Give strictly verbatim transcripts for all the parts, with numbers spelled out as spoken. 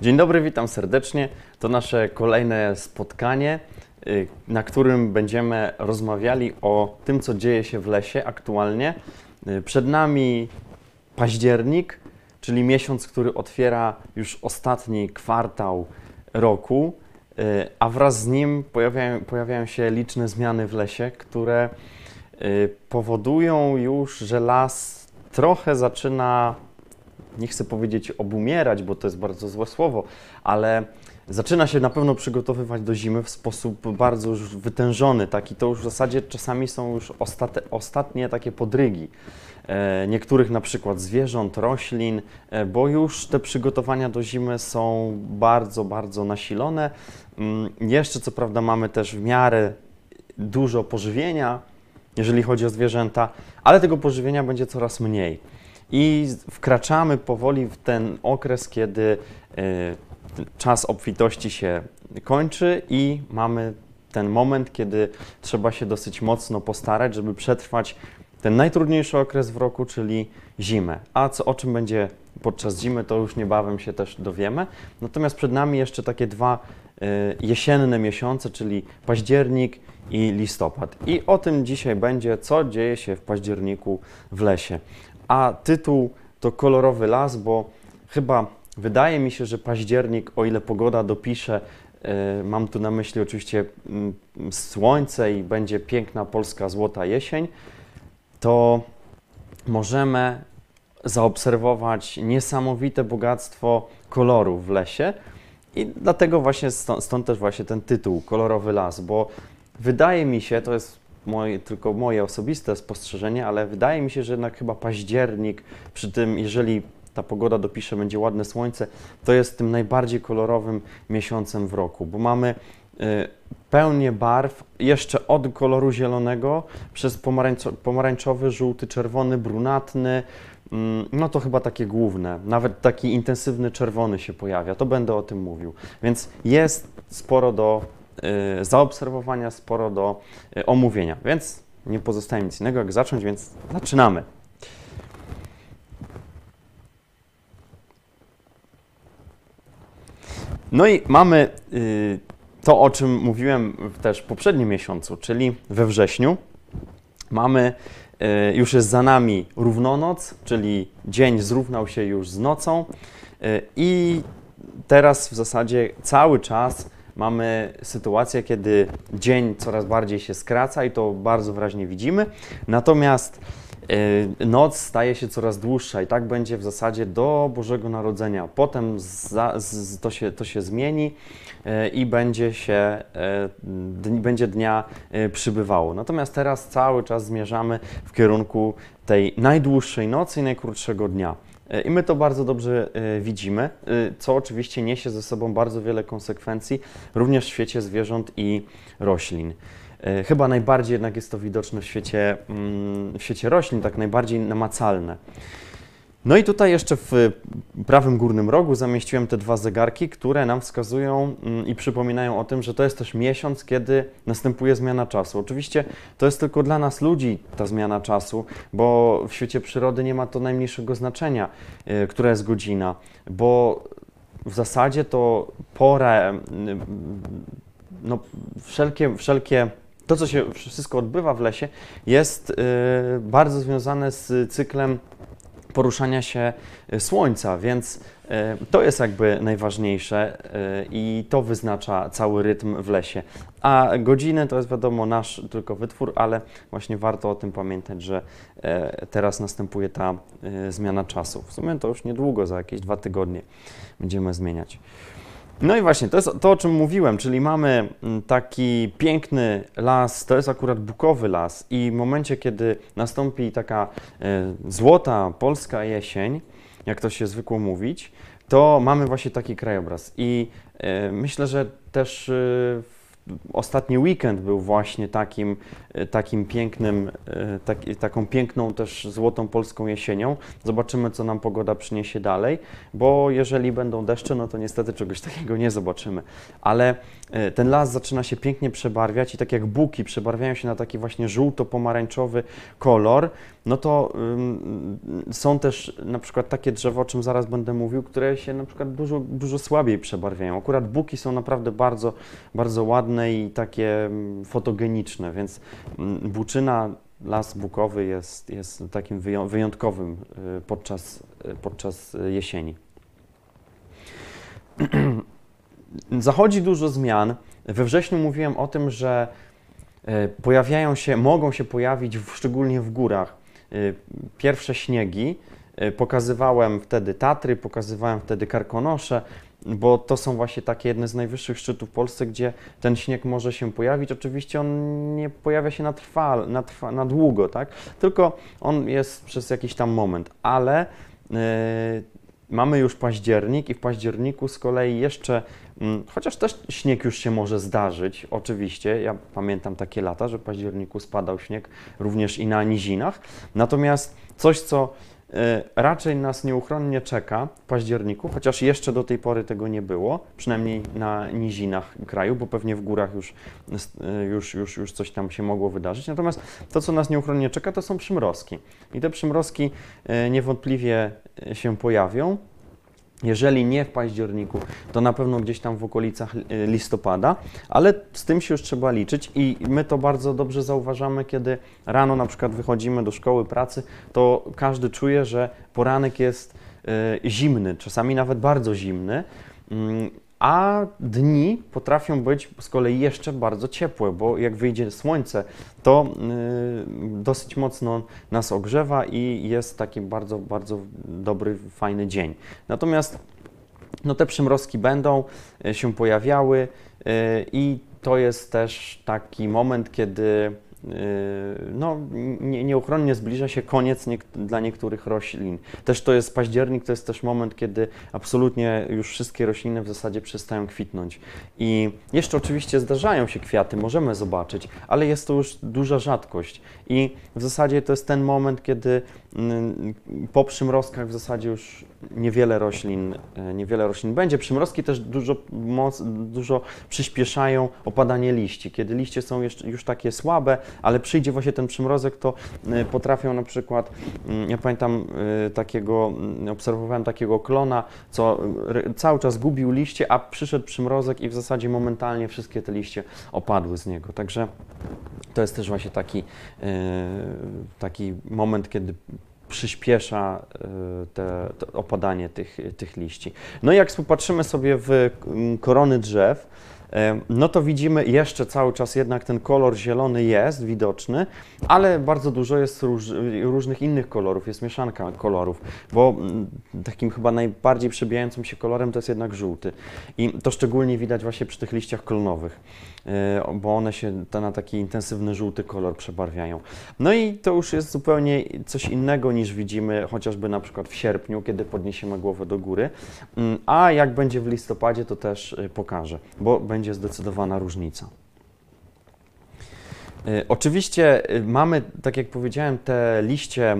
Dzień dobry, witam serdecznie. To nasze kolejne spotkanie, na którym będziemy rozmawiali o tym, co dzieje się w lesie aktualnie. Przed nami październik, czyli miesiąc, który otwiera już ostatni kwartał roku, a wraz z nim pojawiają, pojawiają się liczne zmiany w lesie, które powodują już, że las trochę zaczyna, nie chcę powiedzieć obumierać, bo to jest bardzo złe słowo, ale zaczyna się na pewno przygotowywać do zimy w sposób bardzo już wytężony, taki to już w zasadzie czasami są już ostate, ostatnie takie podrygi e, niektórych na przykład zwierząt, roślin, e, bo już te przygotowania do zimy są bardzo, bardzo nasilone. Mm, jeszcze co prawda mamy też w miarę dużo pożywienia, jeżeli chodzi o zwierzęta, ale tego pożywienia będzie coraz mniej. I wkraczamy powoli w ten okres, kiedy y, czas obfitości się kończy i mamy ten moment, kiedy trzeba się dosyć mocno postarać, żeby przetrwać ten najtrudniejszy okres w roku, czyli zimę. A co, o czym będzie podczas zimy, to już niebawem się też dowiemy. Natomiast przed nami jeszcze takie dwa y, jesienne miesiące, czyli październik i listopad. I o tym dzisiaj będzie, co dzieje się w październiku w lesie. A tytuł to Kolorowy las, bo chyba wydaje mi się, że październik, o ile pogoda dopisze, yy, mam tu na myśli oczywiście yy, słońce i będzie piękna polska złota jesień, to możemy zaobserwować niesamowite bogactwo kolorów w lesie i dlatego właśnie stąd, stąd też właśnie ten tytuł Kolorowy las, bo wydaje mi się, to jest Moje, tylko moje osobiste spostrzeżenie, ale wydaje mi się, że jednak chyba październik, przy tym jeżeli ta pogoda dopisze, będzie ładne słońce, to jest tym najbardziej kolorowym miesiącem w roku, bo mamy y, pełnię barw, jeszcze od koloru zielonego, przez pomarańczo, pomarańczowy, żółty, czerwony, brunatny, y, no to chyba takie główne, nawet taki intensywny czerwony się pojawia, to będę o tym mówił, więc jest sporo do zaobserwowania, sporo do omówienia, więc nie pozostaje nic innego jak zacząć, więc zaczynamy. No i mamy to, o czym mówiłem też w poprzednim miesiącu, czyli we wrześniu. Mamy, już jest za nami równonoc, czyli dzień zrównał się już z nocą i teraz w zasadzie cały czas mamy sytuację, kiedy dzień coraz bardziej się skraca i to bardzo wyraźnie widzimy, natomiast y, noc staje się coraz dłuższa i tak będzie w zasadzie do Bożego Narodzenia. Potem za, z, to, się, to się zmieni y, i będzie się, y, będzie dnia y, przybywało. Natomiast teraz cały czas zmierzamy w kierunku tej najdłuższej nocy i najkrótszego dnia. I my to bardzo dobrze y, widzimy, y, co oczywiście niesie ze sobą bardzo wiele konsekwencji, również w świecie zwierząt i roślin. Y, chyba najbardziej jednak jest to widoczne w świecie, mm, w świecie roślin, tak najbardziej namacalne. No i tutaj jeszcze w prawym górnym rogu zamieściłem te dwa zegarki, które nam wskazują mm, i przypominają o tym, że to jest też miesiąc, kiedy następuje zmiana czasu. Oczywiście to jest tylko dla nas ludzi ta zmiana czasu, bo w świecie przyrody nie ma to najmniejszego znaczenia, yy, która jest godzina, bo w zasadzie to porę, yy, no wszelkie, wszelkie to, co się wszystko odbywa w lesie, jest yy, bardzo związane z cyklem poruszania się słońca, więc to jest jakby najważniejsze i to wyznacza cały rytm w lesie. A godziny to jest wiadomo nasz tylko wytwór, ale właśnie warto o tym pamiętać, że teraz następuje ta zmiana czasu. W sumie to już niedługo, za jakieś dwa tygodnie będziemy zmieniać. No i właśnie, to jest to, o czym mówiłem, czyli mamy taki piękny las, to jest akurat bukowy las i w momencie, kiedy nastąpi taka e, złota polska jesień, jak to się zwykło mówić, to mamy właśnie taki krajobraz i e, myślę, że też e, w ostatni weekend był właśnie takim, takim pięknym, tak, taką piękną też złotą polską jesienią. Zobaczymy, co nam pogoda przyniesie dalej, bo jeżeli będą deszcze, no to niestety czegoś takiego nie zobaczymy. Ale ten las zaczyna się pięknie przebarwiać i tak jak buki przebarwiają się na taki właśnie żółto-pomarańczowy kolor, no to ym, są też na przykład takie drzewa, o czym zaraz będę mówił, które się na przykład dużo, dużo słabiej przebarwiają. Akurat buki są naprawdę bardzo, bardzo ładne i takie fotogeniczne, więc buczyna, las bukowy jest, jest takim wyjątkowym podczas, podczas jesieni. Zachodzi dużo zmian. We wrześniu mówiłem o tym, że pojawiają się, mogą się pojawić w, szczególnie w górach pierwsze śniegi. Pokazywałem wtedy Tatry, pokazywałem wtedy Karkonosze, bo to są właśnie takie jedne z najwyższych szczytów w Polsce, gdzie ten śnieg może się pojawić. Oczywiście on nie pojawia się na, trwa, na, trwa, na długo, tak? Tylko on jest przez jakiś tam moment, ale yy, mamy już październik i w październiku z kolei jeszcze, yy, chociaż też śnieg już się może zdarzyć, oczywiście, ja pamiętam takie lata, że w październiku spadał śnieg również i na nizinach, natomiast coś, co raczej nas nieuchronnie czeka w październiku, chociaż jeszcze do tej pory tego nie było, przynajmniej na nizinach kraju, bo pewnie w górach już, już, już, już coś tam się mogło wydarzyć. Natomiast to, co nas nieuchronnie czeka, to są przymrozki. I te przymrozki niewątpliwie się pojawią. Jeżeli nie w październiku, to na pewno gdzieś tam w okolicach listopada, ale z tym się już trzeba liczyć i my to bardzo dobrze zauważamy, kiedy rano na przykład wychodzimy do szkoły, pracy, to każdy czuje, że poranek jest y, zimny, czasami nawet bardzo zimny, y, a dni potrafią być z kolei jeszcze bardzo ciepłe, bo jak wyjdzie słońce, to y, dosyć mocno nas ogrzewa i jest taki bardzo, bardzo dobry, fajny dzień. Natomiast no, te przymrozki będą y, się pojawiały y, i to jest też taki moment, kiedy no, nie, nieuchronnie zbliża się koniec nie, dla niektórych roślin. Też to jest październik, to jest też moment, kiedy absolutnie już wszystkie rośliny w zasadzie przestają kwitnąć. I jeszcze oczywiście zdarzają się kwiaty, możemy zobaczyć, ale jest to już duża rzadkość. I w zasadzie to jest ten moment, kiedy po przymrozkach w zasadzie już niewiele roślin, niewiele roślin będzie. Przymrozki też dużo, moc, dużo przyspieszają opadanie liści. Kiedy liście są jeszcze, już takie słabe, ale przyjdzie właśnie ten przymrozek, to potrafią na przykład, ja pamiętam takiego, obserwowałem takiego klona, co cały czas gubił liście, a przyszedł przymrozek i w zasadzie momentalnie wszystkie te liście opadły z niego. Także to jest też właśnie taki, taki moment, kiedy przyspiesza te, te opadanie tych, tych liści. No i jak popatrzymy sobie w korony drzew, no to widzimy jeszcze cały czas jednak ten kolor zielony jest widoczny, ale bardzo dużo jest róż, różnych innych kolorów, jest mieszanka kolorów, bo takim chyba najbardziej przebijającym się kolorem to jest jednak żółty. I to szczególnie widać właśnie przy tych liściach klonowych, bo one się na taki intensywny żółty kolor przebarwiają. No i to już jest zupełnie coś innego niż widzimy chociażby na przykład w sierpniu, kiedy podniesiemy głowę do góry, a jak będzie w listopadzie, to też pokażę, bo będzie zdecydowana różnica. Y, oczywiście y, mamy, tak jak powiedziałem, te liście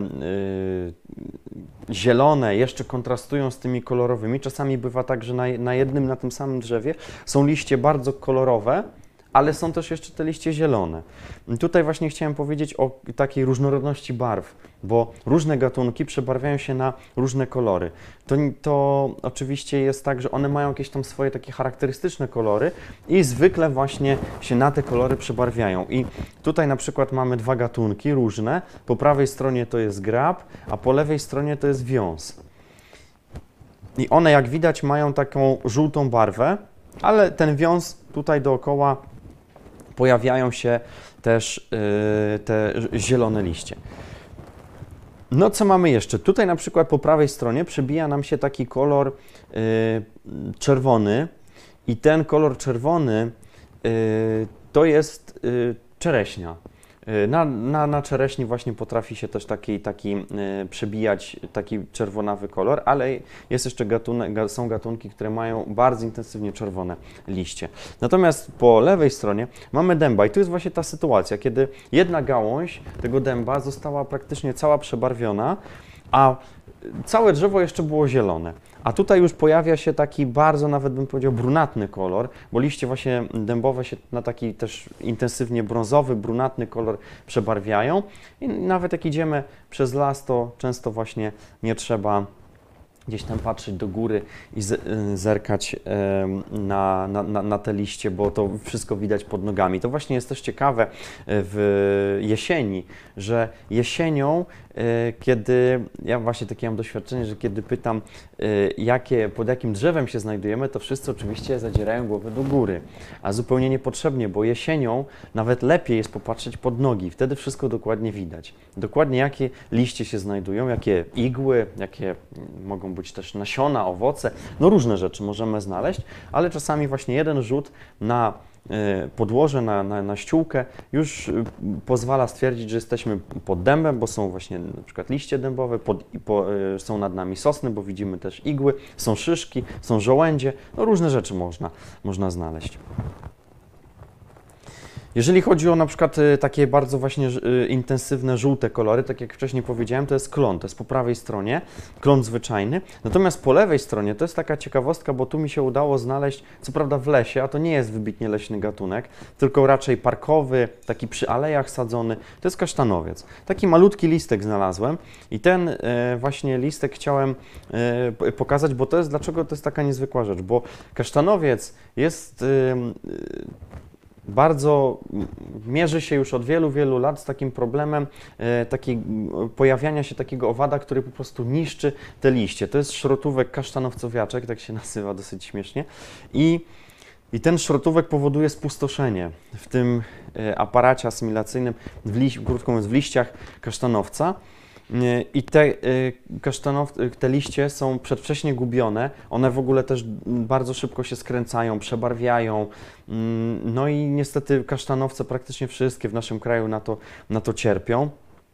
y, zielone jeszcze kontrastują z tymi kolorowymi. Czasami bywa tak, że na, na jednym, na tym samym drzewie są liście bardzo kolorowe, ale są też jeszcze te liście zielone. I tutaj właśnie chciałem powiedzieć o takiej różnorodności barw, bo różne gatunki przebarwiają się na różne kolory. To, to oczywiście jest tak, że one mają jakieś tam swoje takie charakterystyczne kolory i zwykle właśnie się na te kolory przebarwiają. I tutaj na przykład mamy dwa gatunki różne. Po prawej stronie to jest grab, a po lewej stronie to jest wiąz. I one, jak widać, mają taką żółtą barwę, ale ten wiąz tutaj dookoła pojawiają się też yy, te zielone liście. No co mamy jeszcze? Tutaj na przykład po prawej stronie przebija nam się taki kolor yy, czerwony i ten kolor czerwony yy, to jest yy, czereśnia. Na, na, na czereśni właśnie potrafi się też taki, taki e, przebijać taki czerwonawy kolor, ale jest jeszcze gatunek, są gatunki, które mają bardzo intensywnie czerwone liście. Natomiast po lewej stronie mamy dęba i tu jest właśnie ta sytuacja, kiedy jedna gałąź tego dęba została praktycznie cała przebarwiona, a całe drzewo jeszcze było zielone. A tutaj już pojawia się taki bardzo, nawet bym powiedział, brunatny kolor, bo liście właśnie dębowe się na taki też intensywnie brązowy, brunatny kolor przebarwiają i nawet jak idziemy przez las, to często właśnie nie trzeba gdzieś tam patrzeć do góry i zerkać na, na, na te liście, bo to wszystko widać pod nogami. To właśnie jest też ciekawe w jesieni, że jesienią, kiedy, ja właśnie takie mam doświadczenie, że kiedy pytam, jakie, pod jakim drzewem się znajdujemy, to wszyscy oczywiście zadzierają głowę do góry, a zupełnie niepotrzebnie, bo jesienią nawet lepiej jest popatrzeć pod nogi, wtedy wszystko dokładnie widać. Dokładnie jakie liście się znajdują, jakie igły, jakie mogą być też nasiona, owoce, no różne rzeczy możemy znaleźć, ale czasami właśnie jeden rzut na podłoże, na, na, na ściółkę już pozwala stwierdzić, że jesteśmy pod dębem, bo są właśnie na przykład liście dębowe, pod, po, są nad nami sosny, bo widzimy też igły, są szyszki, są żołędzie, no różne rzeczy można, można znaleźć. Jeżeli chodzi o na przykład takie bardzo właśnie intensywne żółte kolory, tak jak wcześniej powiedziałem, to jest klon, to jest po prawej stronie, klon zwyczajny. Natomiast po lewej stronie to jest taka ciekawostka, bo tu mi się udało znaleźć, co prawda w lesie, a to nie jest wybitnie leśny gatunek, tylko raczej parkowy, taki przy alejach sadzony, to jest kasztanowiec. Taki malutki listek znalazłem i ten e, właśnie listek chciałem e, pokazać, bo to jest, dlaczego to jest taka niezwykła rzecz, bo kasztanowiec jest e, bardzo mierzy się już od wielu, wielu lat z takim problemem e, taki, pojawiania się takiego owada, który po prostu niszczy te liście. To jest szrotówek kasztanowcowiaczek, tak się nazywa dosyć śmiesznie. I, i ten szrotówek powoduje spustoszenie w tym e, aparacie asymilacyjnym, w, liś, krótko mówiąc, w liściach kasztanowca. I te, kasztanow, te liście są przedwcześnie gubione, one w ogóle też bardzo szybko się skręcają, przebarwiają, no i niestety kasztanowce praktycznie wszystkie w naszym kraju na to, na to cierpią.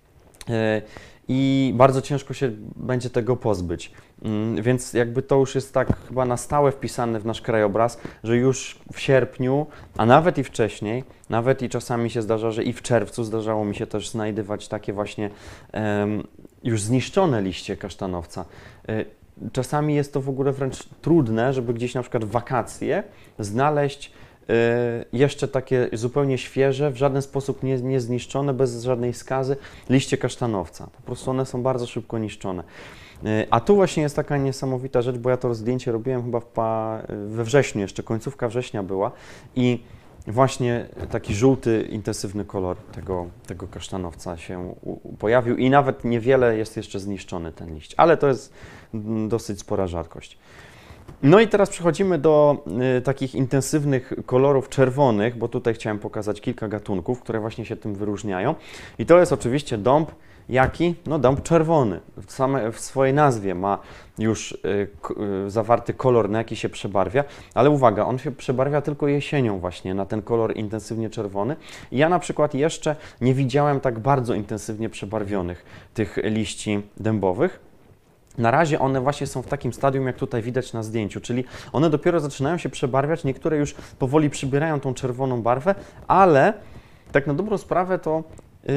I bardzo ciężko się będzie tego pozbyć. Więc jakby to już jest tak chyba na stałe wpisane w nasz krajobraz, że już w sierpniu, a nawet i wcześniej, nawet i czasami się zdarza, że i w czerwcu zdarzało mi się też znajdywać takie właśnie um, już zniszczone liście kasztanowca. Czasami jest to w ogóle wręcz trudne, żeby gdzieś na przykład w wakacje znaleźć jeszcze takie zupełnie świeże, w żaden sposób nie, nie zniszczone, bez żadnej skazy liście kasztanowca. Po prostu one są bardzo szybko niszczone. A tu właśnie jest taka niesamowita rzecz, bo ja to zdjęcie robiłem chyba w pa, we wrześniu, jeszcze końcówka września była i właśnie taki żółty, intensywny kolor tego, tego kasztanowca się u, pojawił i nawet niewiele jest jeszcze zniszczony ten liść, ale to jest dosyć spora rzadkość. No i teraz przechodzimy do y, takich intensywnych kolorów czerwonych, bo tutaj chciałem pokazać kilka gatunków, które właśnie się tym wyróżniają. I to jest oczywiście dąb, jaki? No dąb czerwony. W, same, w swojej nazwie ma już y, k, y, zawarty kolor, na jaki się przebarwia, ale uwaga, on się przebarwia tylko jesienią właśnie na ten kolor intensywnie czerwony. I ja na przykład jeszcze nie widziałem tak bardzo intensywnie przebarwionych tych liści dębowych. Na razie one właśnie są w takim stadium, jak tutaj widać na zdjęciu, czyli one dopiero zaczynają się przebarwiać, niektóre już powoli przybierają tą czerwoną barwę, ale tak na dobrą sprawę to yy,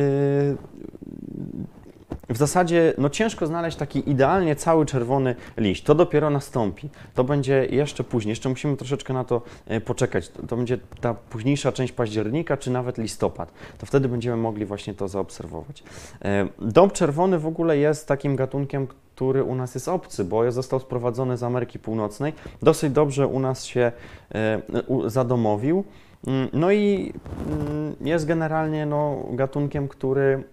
w zasadzie no ciężko znaleźć taki idealnie cały czerwony liść. To dopiero nastąpi. To będzie jeszcze później. Jeszcze musimy troszeczkę na to poczekać. To będzie ta późniejsza część października, czy nawet listopad. To wtedy będziemy mogli właśnie to zaobserwować. Dąb czerwony w ogóle jest takim gatunkiem, który u nas jest obcy, bo został sprowadzony z Ameryki Północnej. Dosyć dobrze u nas się zadomowił. No i jest generalnie no, gatunkiem, który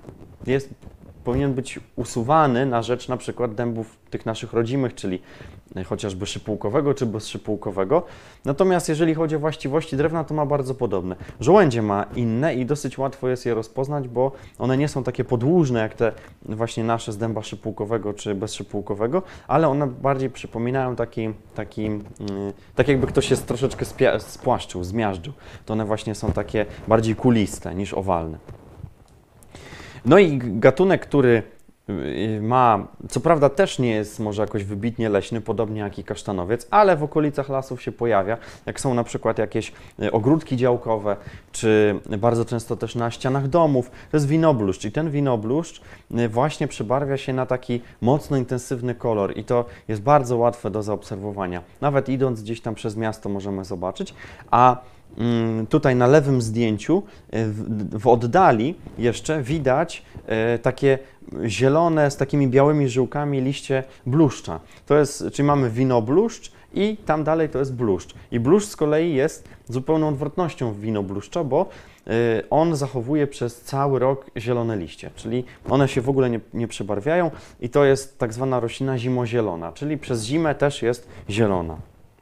jest, powinien być usuwany na rzecz na przykład dębów tych naszych rodzimych, czyli chociażby szypułkowego czy bezszypułkowego. Natomiast jeżeli chodzi o właściwości drewna, to ma bardzo podobne. Żołędzie ma inne i dosyć łatwo jest je rozpoznać, bo one nie są takie podłużne jak te właśnie nasze z dęba szypułkowego czy bezszypułkowego, ale one bardziej przypominają taki, taki yy, tak jakby ktoś się troszeczkę spłaszczył, zmiażdżył. To one właśnie są takie bardziej kuliste niż owalne. No i gatunek, który ma, co prawda też nie jest może jakoś wybitnie leśny, podobnie jak i kasztanowiec, ale w okolicach lasów się pojawia, jak są na przykład jakieś ogródki działkowe, czy bardzo często też na ścianach domów, to jest winobluszcz i ten winobluszcz właśnie przebarwia się na taki mocno intensywny kolor i to jest bardzo łatwe do zaobserwowania. Nawet idąc gdzieś tam przez miasto możemy zobaczyć, a tutaj na lewym zdjęciu w, w oddali jeszcze widać e, takie zielone z takimi białymi żyłkami liście bluszcza. To jest, czyli mamy winobluszcz i tam dalej to jest bluszcz. I bluszcz z kolei jest zupełną odwrotnością winobluszcza, bo e, on zachowuje przez cały rok zielone liście, czyli one się w ogóle nie, nie przebarwiają i to jest tak zwana roślina zimozielona, czyli przez zimę też jest zielona.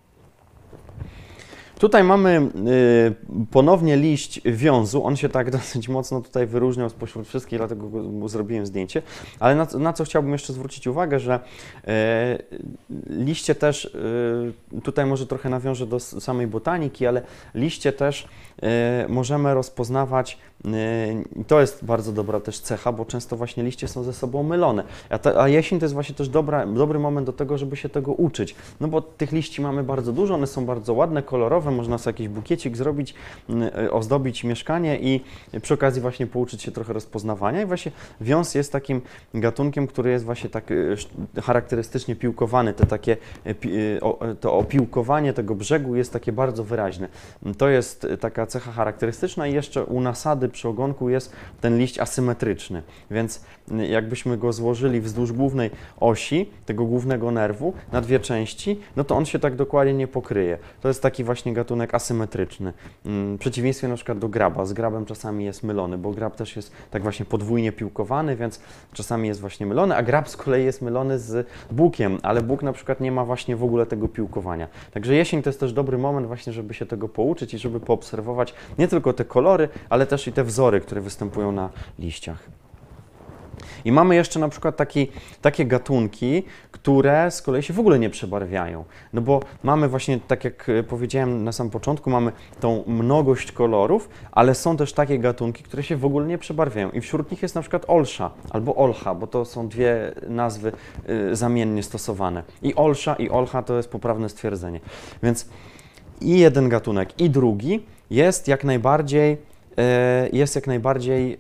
Tutaj mamy y, ponownie liść wiązu, on się tak dosyć mocno tutaj wyróżniał spośród wszystkich, dlatego go, zrobiłem zdjęcie, ale na, na co chciałbym jeszcze zwrócić uwagę, że y, liście też, y, tutaj może trochę nawiążę do samej botaniki, ale liście też y, możemy rozpoznawać, i to jest bardzo dobra też cecha, bo często właśnie liście są ze sobą mylone, a, ta, a jesień to jest właśnie też dobra, dobry moment do tego, żeby się tego uczyć, no bo tych liści mamy bardzo dużo, one są bardzo ładne, kolorowe, można sobie jakiś bukiecik zrobić, ozdobić mieszkanie i przy okazji właśnie pouczyć się trochę rozpoznawania i właśnie wiąz jest takim gatunkiem, który jest właśnie tak charakterystycznie piłkowany, te takie, to opiłkowanie tego brzegu jest takie bardzo wyraźne. To jest taka cecha charakterystyczna i jeszcze u nasady przy ogonku jest ten liść asymetryczny, więc jakbyśmy go złożyli wzdłuż głównej osi, tego głównego nerwu, na dwie części, no to on się tak dokładnie nie pokryje. To jest taki właśnie gatunek asymetryczny. W przeciwieństwie na przykład do graba. Z grabem czasami jest mylony, bo grab też jest tak właśnie podwójnie piłkowany, więc czasami jest właśnie mylony, a grab z kolei jest mylony z bukiem, ale buk na przykład nie ma właśnie w ogóle tego piłkowania. Także jesień to jest też dobry moment właśnie, żeby się tego pouczyć i żeby poobserwować nie tylko te kolory, ale też i te wzory, które występują na liściach. I mamy jeszcze na przykład taki, takie gatunki, które z kolei się w ogóle nie przebarwiają. No bo mamy właśnie, tak jak powiedziałem na samym początku, mamy tą mnogość kolorów, ale są też takie gatunki, które się w ogóle nie przebarwiają. I wśród nich jest na przykład olsza albo olcha, bo to są dwie nazwy y, zamiennie stosowane. I olsza i olcha to jest poprawne stwierdzenie. Więc i jeden gatunek, i drugi jest jak najbardziej jest jak najbardziej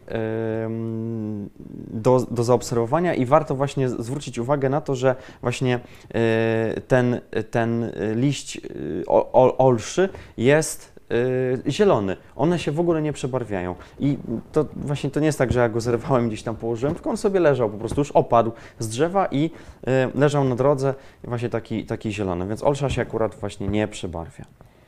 do, do zaobserwowania i warto właśnie zwrócić uwagę na to, że właśnie ten, ten liść olszy jest zielony. One się w ogóle nie przebarwiają. I to właśnie to nie jest tak, że ja go zerwałem, gdzieś tam położyłem, tylko on sobie leżał, po prostu już opadł z drzewa i leżał na drodze właśnie taki, taki zielony. Więc olsza się akurat właśnie nie przebarwia.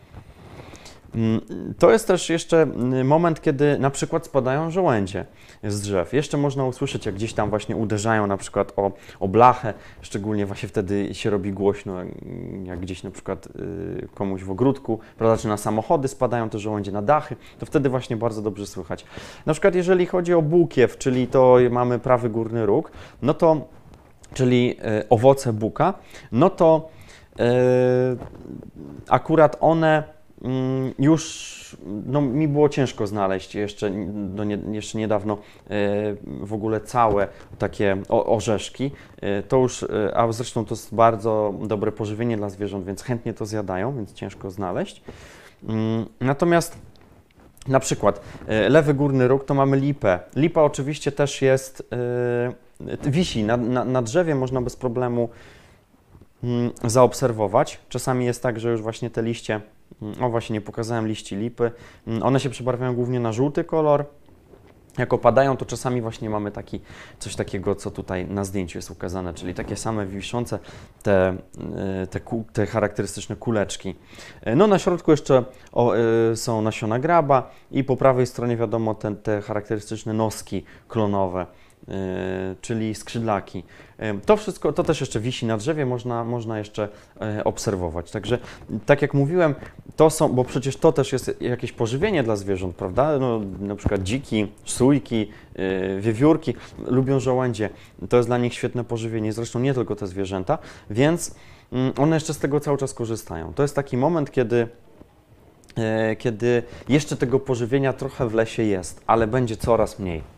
To jest też jeszcze moment, kiedy na przykład spadają żołędzie z drzew. Jeszcze można usłyszeć, jak gdzieś tam właśnie uderzają na przykład o, o blachę, szczególnie właśnie wtedy się robi głośno, jak gdzieś na przykład komuś w ogródku, prawda, czy na samochody spadają te żołędzie, na dachy, to wtedy właśnie bardzo dobrze słychać. Na przykład jeżeli chodzi o bukiew, czyli to mamy prawy górny róg, no to, czyli owoce buka, no to yy, akurat one już no, mi było ciężko znaleźć jeszcze, no, nie, jeszcze niedawno w ogóle całe takie orzeszki. To już, a zresztą to jest bardzo dobre pożywienie dla zwierząt, więc chętnie to zjadają, więc ciężko znaleźć. Natomiast na przykład lewy górny róg to mamy lipę. Lipa oczywiście też jest, wisi na, na, na drzewie, można bez problemu zaobserwować. Czasami jest tak, że już właśnie te liście, o właśnie nie pokazałem liści lipy, one się przebarwiają głównie na żółty kolor. Jak opadają, to czasami właśnie mamy taki, coś takiego, co tutaj na zdjęciu jest ukazane, czyli takie same wiszące te, te, te charakterystyczne kuleczki. No na środku jeszcze o, są nasiona graba i po prawej stronie wiadomo te, te charakterystyczne noski klonowe czyli skrzydlaki. To wszystko, to też jeszcze wisi na drzewie, można, można jeszcze obserwować. Także tak jak mówiłem, to są, bo przecież to też jest jakieś pożywienie dla zwierząt, prawda? No, na przykład dziki, sójki, wiewiórki lubią żołędzie. To jest dla nich świetne pożywienie, zresztą nie tylko te zwierzęta, więc one jeszcze z tego cały czas korzystają. To jest taki moment, kiedy kiedy jeszcze tego pożywienia trochę w lesie jest, ale będzie coraz mniej.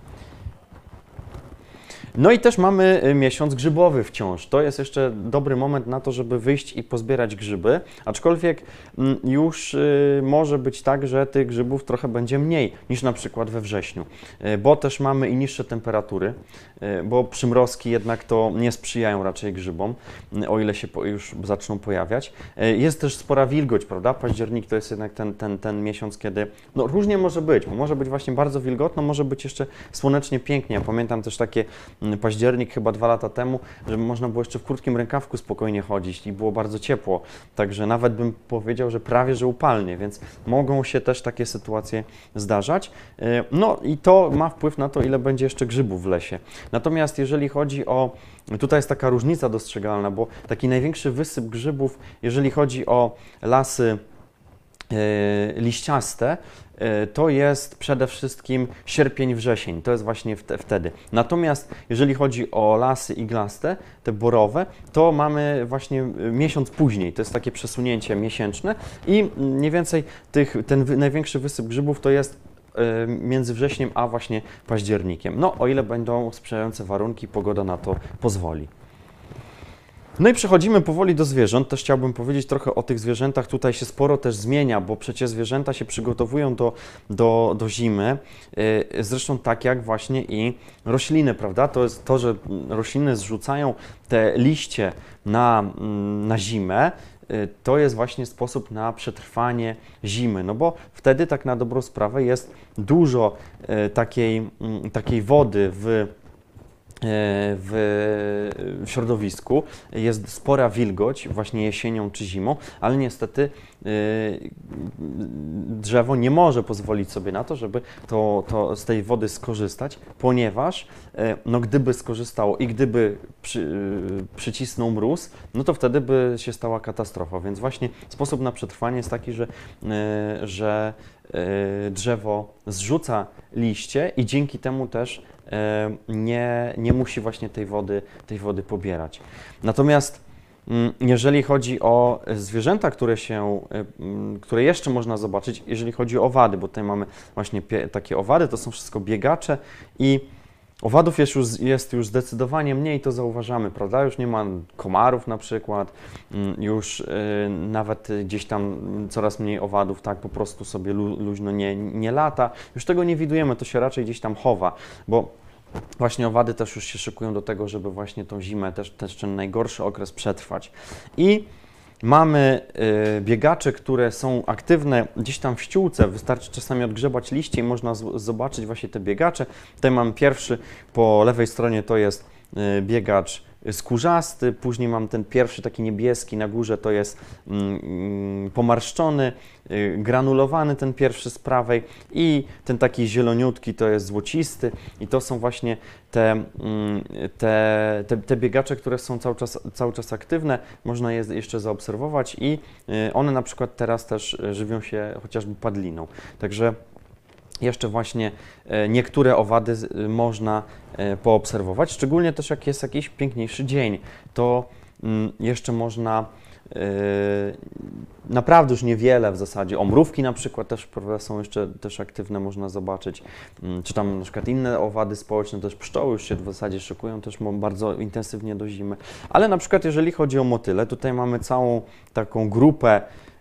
No i też mamy miesiąc grzybowy wciąż. To jest jeszcze dobry moment na to, żeby wyjść i pozbierać grzyby, aczkolwiek już może być tak, że tych grzybów trochę będzie mniej niż na przykład we wrześniu, bo też mamy i niższe temperatury, bo przymrozki jednak to nie sprzyjają raczej grzybom, o ile się już zaczną pojawiać. Jest też spora wilgoć, prawda? Październik to jest jednak ten, ten, ten miesiąc, kiedy no różnie może być, bo może być właśnie bardzo wilgotno, może być jeszcze słonecznie pięknie. Ja pamiętam też takie październik chyba dwa lata temu, że można było jeszcze w krótkim rękawku spokojnie chodzić i było bardzo ciepło, także nawet bym powiedział, że prawie, że upalnie, więc mogą się też takie sytuacje zdarzać. No i to ma wpływ na to, ile będzie jeszcze grzybów w lesie. Natomiast jeżeli chodzi o, tutaj jest taka różnica dostrzegalna, bo taki największy wysyp grzybów, jeżeli chodzi o lasy liściaste, to jest przede wszystkim sierpień, wrzesień, to jest właśnie wtedy. Natomiast jeżeli chodzi o lasy iglaste, te borowe, to mamy właśnie miesiąc później, to jest takie przesunięcie miesięczne i mniej więcej tych, ten największy wysyp grzybów to jest między wrześniem a właśnie październikiem. No, o ile będą sprzyjające warunki, pogoda na to pozwoli. No i przechodzimy powoli do zwierząt. Też chciałbym powiedzieć trochę o tych zwierzętach. Tutaj się sporo też zmienia, bo przecież zwierzęta się przygotowują do, do, do zimy. Zresztą tak jak właśnie i rośliny, prawda? To jest to, że rośliny zrzucają te liście na, na zimę. To jest właśnie sposób na przetrwanie zimy, no bo wtedy tak na dobrą sprawę jest dużo takiej, takiej wody w w środowisku, jest spora wilgoć właśnie jesienią czy zimą, ale niestety drzewo nie może pozwolić sobie na to, żeby to, to z tej wody skorzystać, ponieważ no, gdyby skorzystało i gdyby przy, przycisnął mróz, no to wtedy by się stała katastrofa, więc właśnie sposób na przetrwanie jest taki, że, że drzewo zrzuca liście i dzięki temu też nie, nie musi właśnie tej wody, tej wody pobierać. Natomiast jeżeli chodzi o zwierzęta, które się, które jeszcze można zobaczyć, jeżeli chodzi o owady, bo tutaj mamy właśnie takie owady, to są wszystko biegacze i owadów jest już, jest już zdecydowanie mniej, to zauważamy, prawda? Już nie ma komarów na przykład, już y, nawet gdzieś tam coraz mniej owadów, tak po prostu sobie lu, luźno nie, nie lata. Już tego nie widujemy, to się raczej gdzieś tam chowa, bo właśnie owady też już się szykują do tego, żeby właśnie tą zimę, też, też ten najgorszy okres przetrwać. I mamy y, biegacze, które są aktywne gdzieś tam w ściółce, wystarczy czasami odgrzebać liście i można z, zobaczyć właśnie te biegacze. Tutaj mam pierwszy, po lewej stronie to jest y, biegacz skórzasty, później mam ten pierwszy taki niebieski na górze, to jest mm, pomarszczony, y, granulowany ten pierwszy z prawej i ten taki zieloniutki to jest złocisty i to są właśnie te, mm, te, te, te biegacze, które są cały czas, cały czas aktywne, można je jeszcze zaobserwować i y, one na przykład teraz też żywią się chociażby padliną. Także jeszcze właśnie niektóre owady można poobserwować, szczególnie też jak jest jakiś piękniejszy dzień, to jeszcze można naprawdę już niewiele w zasadzie, o mrówki na przykład też są jeszcze też aktywne, można zobaczyć, czy tam na przykład inne owady społeczne, też pszczoły już się w zasadzie szykują też bardzo intensywnie do zimy, ale na przykład jeżeli chodzi o motyle, tutaj mamy całą taką grupę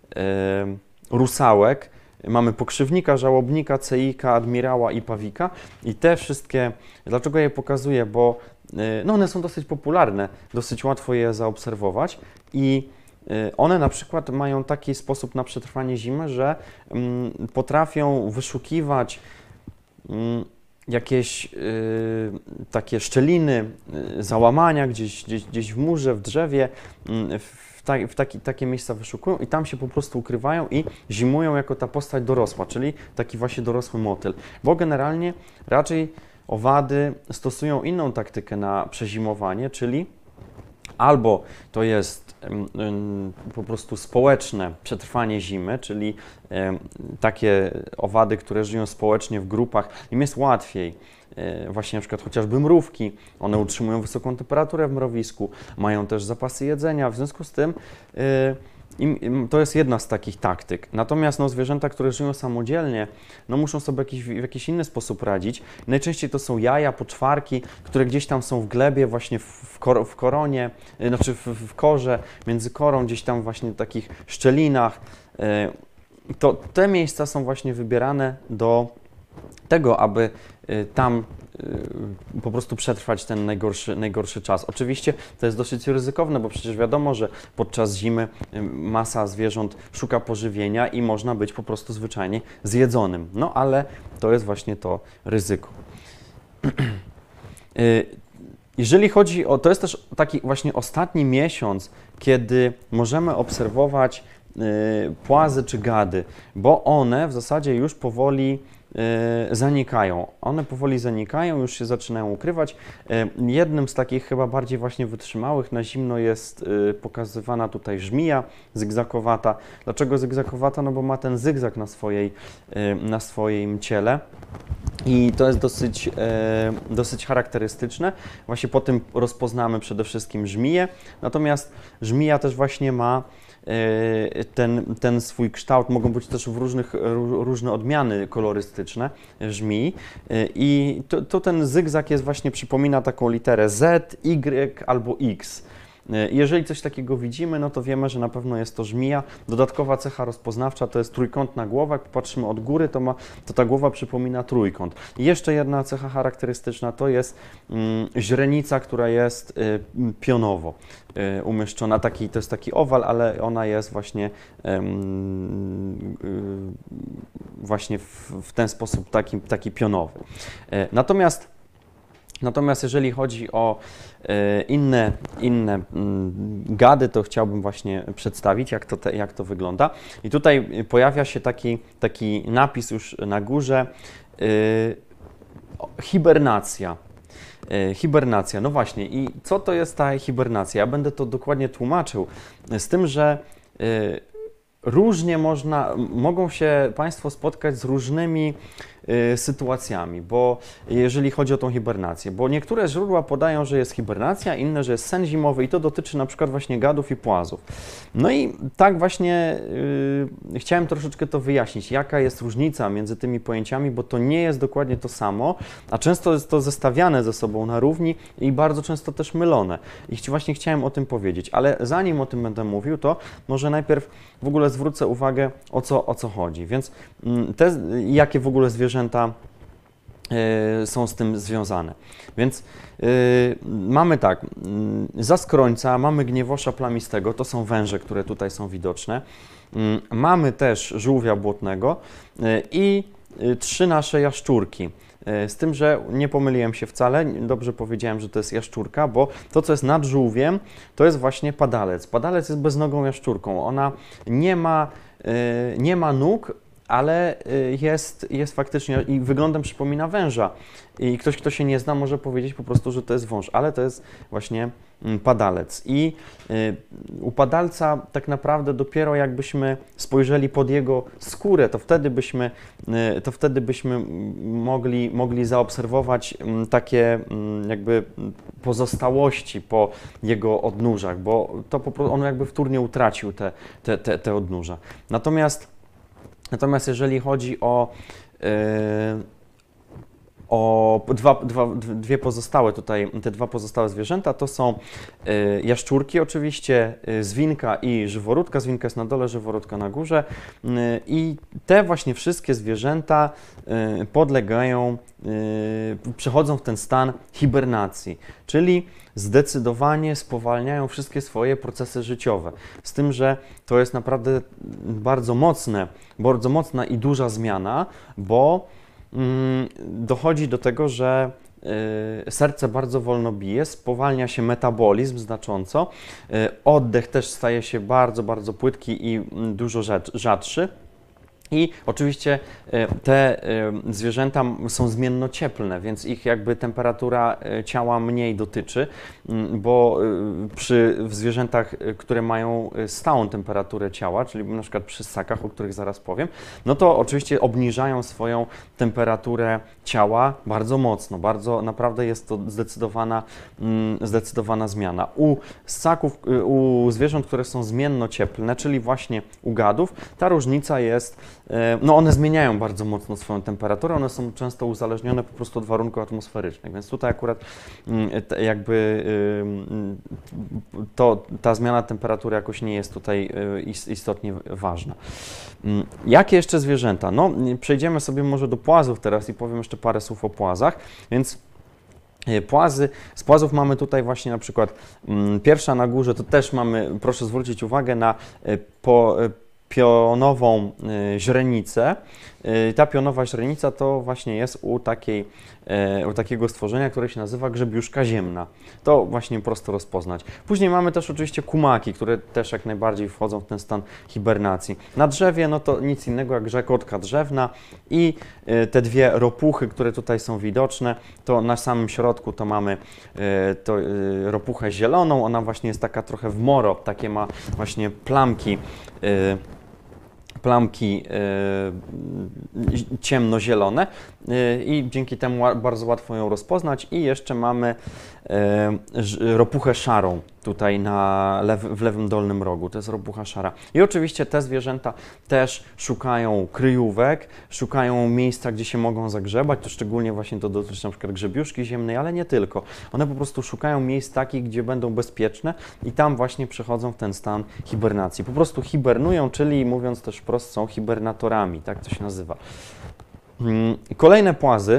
rusałek. Mamy pokrzywnika, żałobnika, ceika, admirała i pawika i te wszystkie, dlaczego je pokazuję, bo no one są dosyć popularne, dosyć łatwo je zaobserwować i one na przykład mają taki sposób na przetrwanie zimy, że potrafią wyszukiwać jakieś y, takie szczeliny, y, załamania gdzieś, gdzieś, gdzieś w murze, w drzewie, y, w, ta, w taki, takie miejsca wyszukują i tam się po prostu ukrywają i zimują jako ta postać dorosła, czyli taki właśnie dorosły motyl. Bo generalnie raczej owady stosują inną taktykę na przezimowanie, czyli albo to jest po prostu społeczne przetrwanie zimy, czyli takie owady, które żyją społecznie w grupach, im jest łatwiej. Właśnie na przykład chociażby mrówki, one utrzymują wysoką temperaturę w mrowisku, mają też zapasy jedzenia, w związku z tym im, im, to jest jedna z takich taktyk. Natomiast no, zwierzęta, które żyją samodzielnie, no, muszą sobie jakiś, w jakiś inny sposób radzić. Najczęściej to są jaja, poczwarki, które gdzieś tam są w glebie, właśnie w, w, kor, w koronie, znaczy w, w korze, między korą, gdzieś tam właśnie w takich szczelinach. To te miejsca są właśnie wybierane do tego, aby tam po prostu przetrwać ten najgorszy, najgorszy czas. Oczywiście to jest dosyć ryzykowne, bo przecież wiadomo, że podczas zimy masa zwierząt szuka pożywienia i można być po prostu zwyczajnie zjedzonym. No ale to jest właśnie to ryzyko. Jeżeli chodzi o, to jest też taki właśnie ostatni miesiąc, kiedy możemy obserwować płazy czy gady, bo one w zasadzie już powoli zanikają. One powoli zanikają, już się zaczynają ukrywać. Jednym z takich chyba bardziej właśnie wytrzymałych na zimno jest pokazywana tutaj żmija zygzakowata. Dlaczego zygzakowata? No bo ma ten zygzak na, swojej, na swoim ciele. I to jest dosyć, dosyć charakterystyczne. Właśnie po tym rozpoznamy przede wszystkim żmiję. Natomiast żmija też właśnie ma Ten, ten swój kształt, mogą być też w różnych, różne odmiany kolorystyczne żmii i to, to ten zygzak jest właśnie, przypomina taką literę Z, Y albo X. Jeżeli coś takiego widzimy, no to wiemy, że na pewno jest to żmija. Dodatkowa cecha rozpoznawcza to jest trójkątna głowa. Jak popatrzymy od góry, to, ma, to ta głowa przypomina trójkąt. I jeszcze jedna cecha charakterystyczna to jest mm, źrenica, która jest y, pionowo y, umieszczona. Taki, to jest taki owal, ale ona jest właśnie, y, y, właśnie w, w ten sposób taki, taki pionowy. Y, natomiast Natomiast jeżeli chodzi o e, inne, inne m, gady, to chciałbym właśnie przedstawić, jak to, te, jak to wygląda. I tutaj pojawia się taki, taki napis już na górze, e, hibernacja. E, hibernacja, no właśnie. I co to jest ta hibernacja? Ja będę to dokładnie tłumaczył, z tym, że e, różnie można, mogą się Państwo spotkać z różnymi y, sytuacjami, bo jeżeli chodzi o tą hibernację, bo niektóre źródła podają, że jest hibernacja, inne, że jest sen zimowy i to dotyczy na przykład właśnie gadów i płazów. No i tak właśnie y, chciałem troszeczkę to wyjaśnić, jaka jest różnica między tymi pojęciami, bo to nie jest dokładnie to samo, a często jest to zestawiane ze sobą na równi i bardzo często też mylone. I właśnie chciałem o tym powiedzieć, ale zanim o tym będę mówił, to może najpierw w ogóle zwrócę uwagę, o co, o co chodzi. Więc te, jakie w ogóle zwierzęta y, są z tym związane. Więc y, mamy tak, y, zaskrońca, mamy gniewosza plamistego, to są węże, które tutaj są widoczne. Y, mamy też żółwia błotnego y, i y, trzy nasze jaszczurki. Z tym, że nie pomyliłem się wcale, dobrze powiedziałem, że to jest jaszczurka, bo to, co jest nad żółwiem, to jest właśnie padalec. Padalec jest beznogą jaszczurką. Ona nie ma, nie ma nóg, ale jest, jest faktycznie i wyglądem przypomina węża. I ktoś, kto się nie zna, może powiedzieć po prostu, że to jest wąż, ale to jest właśnie padalec. I u padalca tak naprawdę dopiero jakbyśmy spojrzeli pod jego skórę, to wtedy byśmy, to wtedy byśmy mogli, mogli zaobserwować takie jakby pozostałości po jego odnóżach, bo to po prostu on jakby wtórnie utracił te, te, te, te odnóża. Natomiast, natomiast jeżeli chodzi o yy, O dwa, dwa, dwie pozostałe tutaj, te dwa pozostałe zwierzęta to są y, jaszczurki oczywiście, y, zwinka i żyworódka. Zwinka jest na dole, żyworódka na górze y, i te właśnie wszystkie zwierzęta y, podlegają, y, przechodzą w ten stan hibernacji, czyli zdecydowanie spowalniają wszystkie swoje procesy życiowe. Z tym, że to jest naprawdę bardzo mocne, bardzo mocna i duża zmiana, bo dochodzi do tego, że serce bardzo wolno bije, spowalnia się metabolizm znacząco, oddech też staje się bardzo, bardzo płytki i dużo rzadszy. I oczywiście te zwierzęta są zmiennocieplne, więc ich jakby temperatura ciała mniej dotyczy, bo przy zwierzętach, które mają stałą temperaturę ciała, czyli na przykład przy ssakach, o których zaraz powiem, no to oczywiście obniżają swoją temperaturę ciała bardzo mocno, bardzo naprawdę jest to zdecydowana, zdecydowana zmiana. U ssaków, u zwierząt, które są zmiennocieplne, czyli właśnie u gadów, ta różnica jest, no one zmieniają bardzo mocno swoją temperaturę, one są często uzależnione po prostu od warunków atmosferycznych, więc tutaj akurat jakby to, ta zmiana temperatury jakoś nie jest tutaj istotnie ważna. Jakie jeszcze zwierzęta? No przejdziemy sobie może do płazów teraz i powiem jeszcze parę słów o płazach, więc płazy, z płazów mamy tutaj właśnie na przykład pierwsza na górze, to też mamy, proszę zwrócić uwagę na po, pionową źrenicę. Ta pionowa źrenica to właśnie jest u, takiej, u takiego stworzenia, które się nazywa grzebiuszka ziemna. To właśnie prosto rozpoznać. Później mamy też oczywiście kumaki, które też jak najbardziej wchodzą w ten stan hibernacji. Na drzewie no to nic innego jak żekotka drzewna i te dwie ropuchy, które tutaj są widoczne, to na samym środku to mamy to ropuchę zieloną, ona właśnie jest taka trochę w moro, takie ma właśnie plamki plamki y, ciemnozielone y, i dzięki temu bardzo łatwo ją rozpoznać. I jeszcze mamy y, ropuchę szarą tutaj na lew, w lewym dolnym rogu, to jest ropucha szara. I oczywiście te zwierzęta też szukają kryjówek, szukają miejsca, gdzie się mogą zagrzebać, to szczególnie właśnie to dotyczy na przykład grzebiuszki ziemnej, ale nie tylko. One po prostu szukają miejsc takich, gdzie będą bezpieczne i tam właśnie przechodzą w ten stan hibernacji. Po prostu hibernują, czyli mówiąc też wprost są hibernatorami, tak to się nazywa. Kolejne płazy.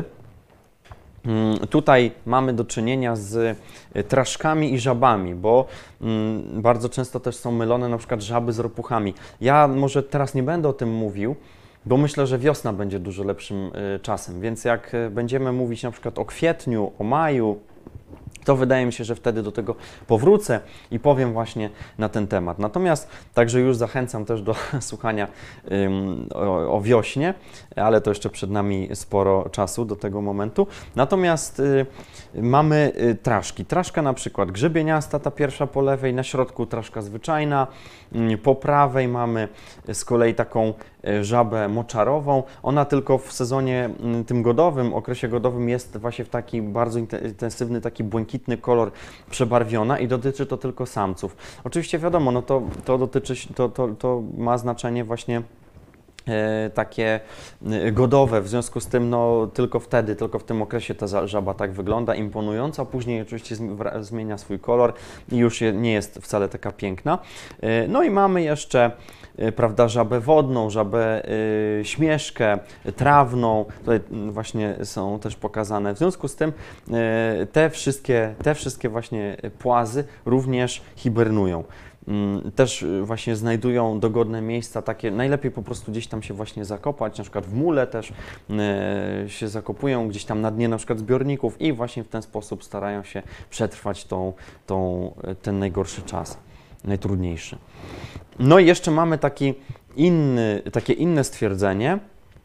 Tutaj mamy do czynienia z traszkami i żabami, bo bardzo często też są mylone na przykład żaby z ropuchami. Ja może teraz nie będę o tym mówił, bo myślę, że wiosna będzie dużo lepszym czasem, więc jak będziemy mówić na przykład o kwietniu, o maju, to wydaje mi się, że wtedy do tego powrócę i powiem właśnie na ten temat. Natomiast także już zachęcam też do słuchania ym, o, o wiośnie, ale to jeszcze przed nami sporo czasu do tego momentu. Natomiast y, mamy y, traszki. Traszka na przykład grzebieniasta, ta pierwsza po lewej, na środku traszka zwyczajna, y, po prawej mamy z kolei taką y, żabę moczarową. Ona tylko w sezonie y, tym godowym, okresie godowym jest właśnie w taki bardzo intensywny, taki błękitny kolor przebarwiona i dotyczy to tylko samców. Oczywiście wiadomo, no to, to dotyczy, to, to, to ma znaczenie właśnie e, takie godowe, w związku z tym no tylko wtedy, tylko w tym okresie ta żaba tak wygląda, imponująca, później oczywiście zmienia swój kolor i już nie jest wcale taka piękna. E, no i mamy jeszcze prawda, żabę wodną, żabę y, śmieszkę, trawną, tutaj właśnie są też pokazane. W związku z tym y, te, wszystkie, te wszystkie właśnie płazy również hibernują. Y, też właśnie znajdują dogodne miejsca, takie najlepiej po prostu gdzieś tam się właśnie zakopać, na przykład w mule też y, się zakopują, gdzieś tam na dnie na przykład zbiorników i właśnie w ten sposób starają się przetrwać tą, tą, ten najgorszy czas, najtrudniejszy. No i jeszcze mamy taki inny, takie inne stwierdzenie,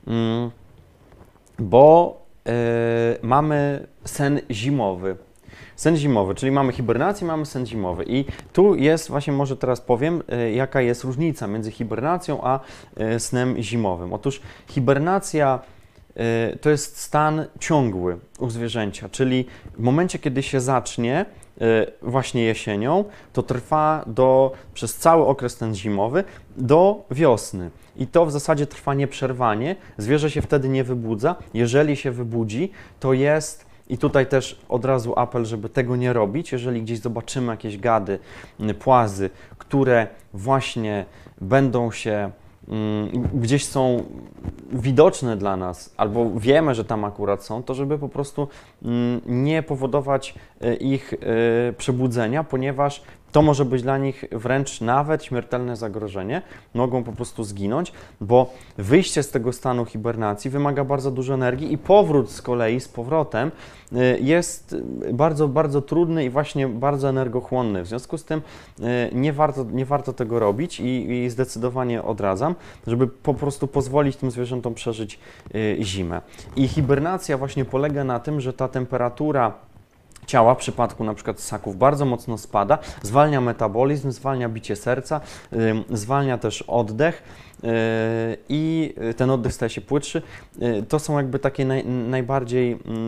bo yy, mamy sen zimowy. Sen zimowy, czyli mamy hibernację, mamy sen zimowy. I tu jest, właśnie może teraz powiem, yy, jaka jest różnica między hibernacją a yy, snem zimowym. Otóż hibernacja yy, to jest stan ciągły u zwierzęcia, czyli w momencie, kiedy się zacznie, właśnie jesienią, to trwa do, przez cały okres ten zimowy do wiosny. I to w zasadzie trwa nieprzerwanie. Zwierzę się wtedy nie wybudza. Jeżeli się wybudzi, to jest, i tutaj też od razu apel, żeby tego nie robić, jeżeli gdzieś zobaczymy jakieś gady, płazy, które właśnie będą się gdzieś są widoczne dla nas, albo wiemy, że tam akurat są, to żeby po prostu nie powodować ich przebudzenia, ponieważ to może być dla nich wręcz nawet śmiertelne zagrożenie. Mogą po prostu zginąć, bo wyjście z tego stanu hibernacji wymaga bardzo dużo energii i powrót z kolei z powrotem jest bardzo, bardzo trudny i właśnie bardzo energochłonny. W związku z tym nie warto, nie warto tego robić i, i zdecydowanie odradzam, żeby po prostu pozwolić tym zwierzętom przeżyć zimę. I hibernacja właśnie polega na tym, że ta temperatura ciała w przypadku na przykład ssaków bardzo mocno spada, zwalnia metabolizm, zwalnia bicie serca, yy, zwalnia też oddech yy, i ten oddech staje się płytszy. Yy, to są jakby takie naj, najbardziej,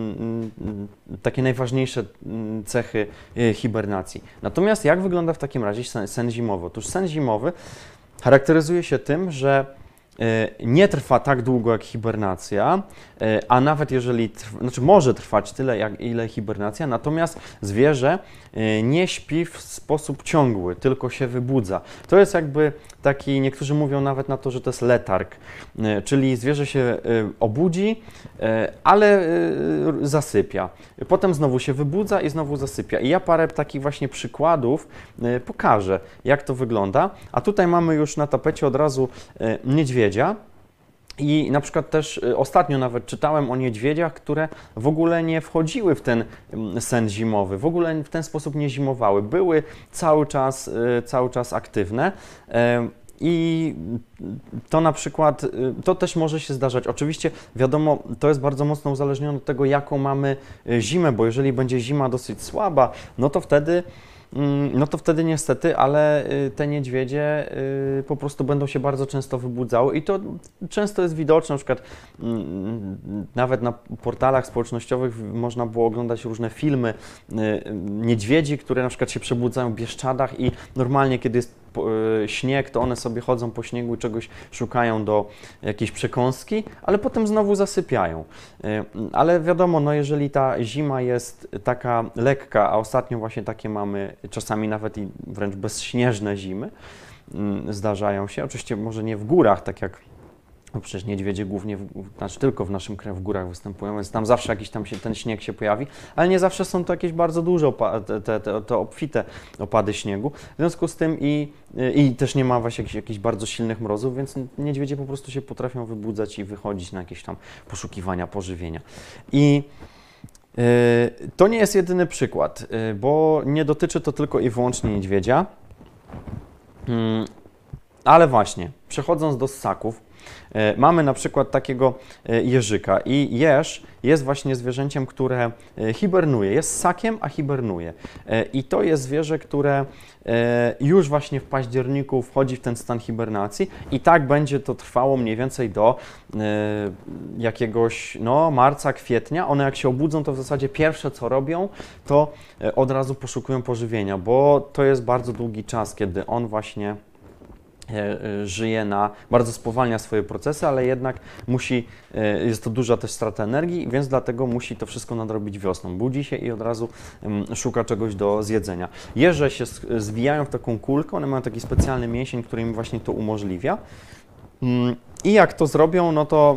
yy, takie najważniejsze cechy yy, hibernacji. Natomiast jak wygląda w takim razie sen, sen zimowy? Otóż sen zimowy charakteryzuje się tym, że nie trwa tak długo jak hibernacja, a nawet jeżeli, trwa, znaczy może trwać tyle, jak ile hibernacja, natomiast zwierzę nie śpi w sposób ciągły, tylko się wybudza. To jest jakby taki, niektórzy mówią nawet na to, że to jest letarg, czyli zwierzę się obudzi, ale zasypia. Potem znowu się wybudza i znowu zasypia. I ja parę takich właśnie przykładów pokażę, jak to wygląda. A tutaj mamy już na tapecie od razu niedźwiedzia. I na przykład też ostatnio nawet czytałem o niedźwiedziach, które w ogóle nie wchodziły w ten sen zimowy, w ogóle w ten sposób nie zimowały, były cały czas, cały czas aktywne. I to na przykład, to też może się zdarzać. Oczywiście wiadomo, to jest bardzo mocno uzależnione od tego, jaką mamy zimę, bo jeżeli będzie zima dosyć słaba, no to wtedy no to wtedy niestety, ale te niedźwiedzie po prostu będą się bardzo często wybudzały i to często jest widoczne, na przykład nawet na portalach społecznościowych można było oglądać różne filmy niedźwiedzi, które na przykład się przebudzają w Bieszczadach i normalnie, kiedy jest śnieg, to one sobie chodzą po śniegu i czegoś szukają do jakiejś przekąski, ale potem znowu zasypiają. Ale wiadomo, no jeżeli ta zima jest taka lekka, a ostatnio właśnie takie mamy czasami nawet i wręcz bezśnieżne zimy, zdarzają się, oczywiście może nie w górach, tak jak no przecież niedźwiedzie głównie, w, znaczy tylko w naszym kraju w górach występują, więc tam zawsze jakiś tam się, ten śnieg się pojawi, ale nie zawsze są to jakieś bardzo duże, te, te, te, te obfite opady śniegu. W związku z tym i, i też nie ma właśnie jakichś, jakichś bardzo silnych mrozów, więc niedźwiedzie po prostu się potrafią wybudzać i wychodzić na jakieś tam poszukiwania pożywienia. I yy, to nie jest jedyny przykład, yy, bo nie dotyczy to tylko i wyłącznie niedźwiedzia, yy, ale właśnie, przechodząc do ssaków, mamy na przykład takiego jeżyka i jeż jest właśnie zwierzęciem, które hibernuje, jest ssakiem, a hibernuje. I to jest zwierzę, które już właśnie w październiku wchodzi w ten stan hibernacji i tak będzie to trwało mniej więcej do jakiegoś no, marca, kwietnia. One jak się obudzą, to w zasadzie pierwsze co robią, to od razu poszukują pożywienia, bo to jest bardzo długi czas, kiedy on właśnie żyje na, bardzo spowalnia swoje procesy, ale jednak musi, jest to duża też strata energii, więc dlatego musi to wszystko nadrobić wiosną. Budzi się i od razu szuka czegoś do zjedzenia. Jeże się zwijają w taką kulkę, one mają taki specjalny mięsień, który im właśnie to umożliwia. I jak to zrobią, no to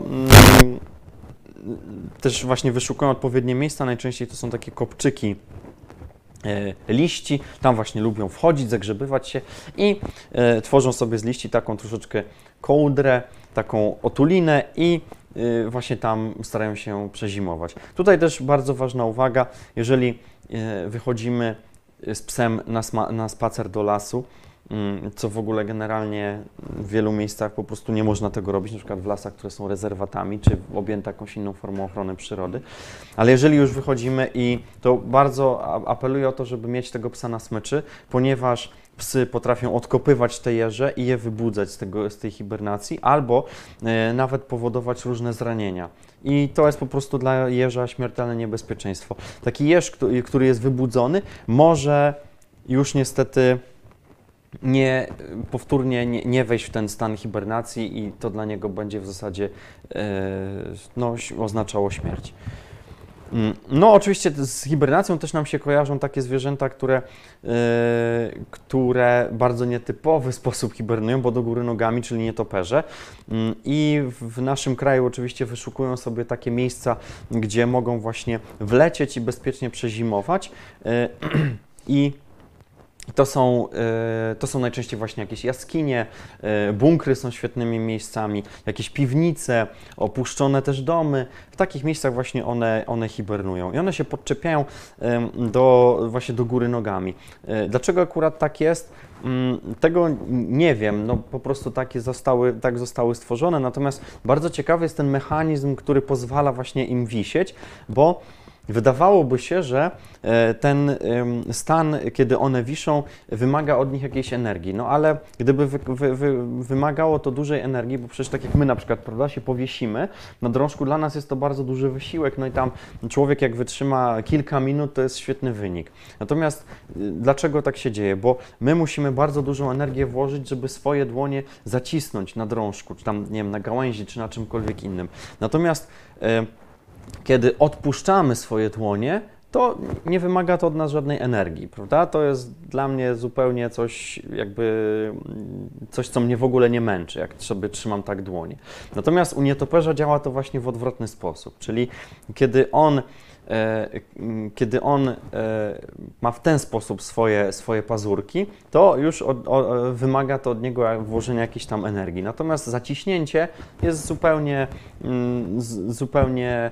też właśnie wyszukują odpowiednie miejsca, najczęściej to są takie kopczyki liści, tam właśnie lubią wchodzić, zagrzebywać się i e, tworzą sobie z liści taką troszeczkę kołdrę, taką otulinę i e, właśnie tam starają się przezimować. Tutaj też bardzo ważna uwaga, jeżeli e, wychodzimy z psem na, sma, na spacer do lasu, co w ogóle generalnie w wielu miejscach po prostu nie można tego robić, na przykład w lasach, które są rezerwatami, czy objęte jakąś inną formą ochrony przyrody. Ale jeżeli już wychodzimy i to bardzo apeluję o to, żeby mieć tego psa na smyczy, ponieważ psy potrafią odkopywać te jeże i je wybudzać z, tego, z tej hibernacji, albo e, nawet powodować różne zranienia. I to jest po prostu dla jeża śmiertelne niebezpieczeństwo. Taki jeż, który, który jest wybudzony, może już niestety nie, powtórnie nie, nie wejść w ten stan hibernacji i to dla niego będzie w zasadzie e, no, oznaczało śmierć. No oczywiście z hibernacją też nam się kojarzą takie zwierzęta, które, e, które w bardzo nietypowy sposób hibernują, bo do góry nogami, czyli nietoperze. I w naszym kraju oczywiście wyszukują sobie takie miejsca, gdzie mogą właśnie wlecieć i bezpiecznie przezimować. E, I To są, to są najczęściej właśnie jakieś jaskinie, bunkry są świetnymi miejscami, jakieś piwnice, opuszczone też domy. W takich miejscach właśnie one, one hibernują i one się podczepiają do, właśnie do góry nogami. Dlaczego akurat tak jest? Tego nie wiem, no po prostu takie zostały, tak zostały stworzone, natomiast bardzo ciekawy jest ten mechanizm, który pozwala właśnie im wisieć, bo wydawałoby się, że ten stan, kiedy one wiszą, wymaga od nich jakiejś energii, no ale gdyby wy, wy, wy, wymagało to dużej energii, bo przecież tak jak my na przykład, prawda, się powiesimy na drążku, dla nas jest to bardzo duży wysiłek, no i tam człowiek jak wytrzyma kilka minut, to jest świetny wynik. Natomiast dlaczego tak się dzieje? Bo my musimy bardzo dużą energię włożyć, żeby swoje dłonie zacisnąć na drążku, czy tam, nie wiem, na gałęzi, czy na czymkolwiek innym. Natomiast kiedy odpuszczamy swoje dłonie, to nie wymaga to od nas żadnej energii, prawda? To jest dla mnie zupełnie coś, jakby coś, co mnie w ogóle nie męczy, jak sobie trzymam tak dłonie. Natomiast u nietoperza działa to właśnie w odwrotny sposób, czyli kiedy on kiedy on ma w ten sposób swoje, swoje pazurki, to już od, o, wymaga to od niego włożenia jakiejś tam energii. Natomiast zaciśnięcie jest zupełnie, zupełnie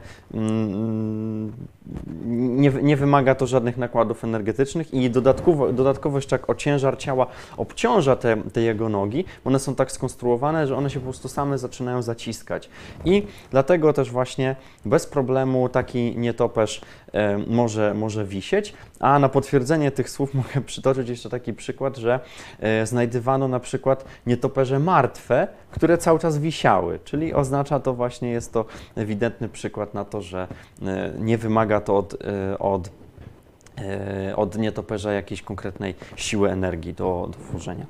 nie, nie wymaga to żadnych nakładów energetycznych i dodatkowo, dodatkowo jeszcze jak o ciężar ciała obciąża te, te jego nogi, one są tak skonstruowane, że one się po prostu same zaczynają zaciskać. I dlatego też właśnie bez problemu taki nietoperz może, może wisieć, a na potwierdzenie tych słów mogę przytoczyć jeszcze taki przykład, że znajdywano na przykład nietoperze martwe, które cały czas wisiały, czyli oznacza to właśnie, jest to ewidentny przykład na to, że nie wymaga to od, od, od nietoperza jakiejś konkretnej siły energii do, do tworzenia.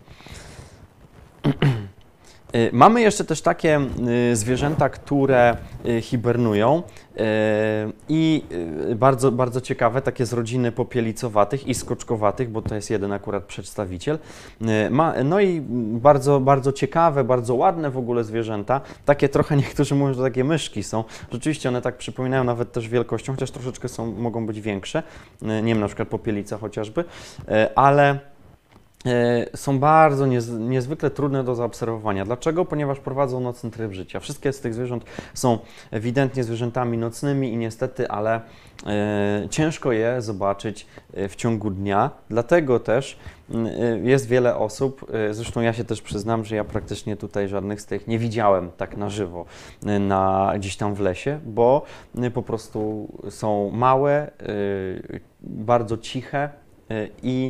Mamy jeszcze też takie zwierzęta, które hibernują i bardzo, bardzo ciekawe, takie z rodziny popielicowatych i skoczkowatych, bo to jest jeden akurat przedstawiciel. No i bardzo, bardzo ciekawe, bardzo ładne w ogóle zwierzęta, takie trochę niektórzy mówią, że takie myszki są. Rzeczywiście one tak przypominają nawet też wielkością, chociaż troszeczkę są, mogą być większe, nie wiem, na przykład popielica chociażby, ale są bardzo niezwykle trudne do zaobserwowania. Dlaczego? Ponieważ prowadzą nocny tryb życia. Wszystkie z tych zwierząt są ewidentnie zwierzętami nocnymi i niestety, ale e, ciężko je zobaczyć w ciągu dnia. Dlatego też jest wiele osób, zresztą ja się też przyznam, że ja praktycznie tutaj żadnych z tych nie widziałem tak na żywo na, gdzieś tam w lesie, bo po prostu są małe, bardzo ciche i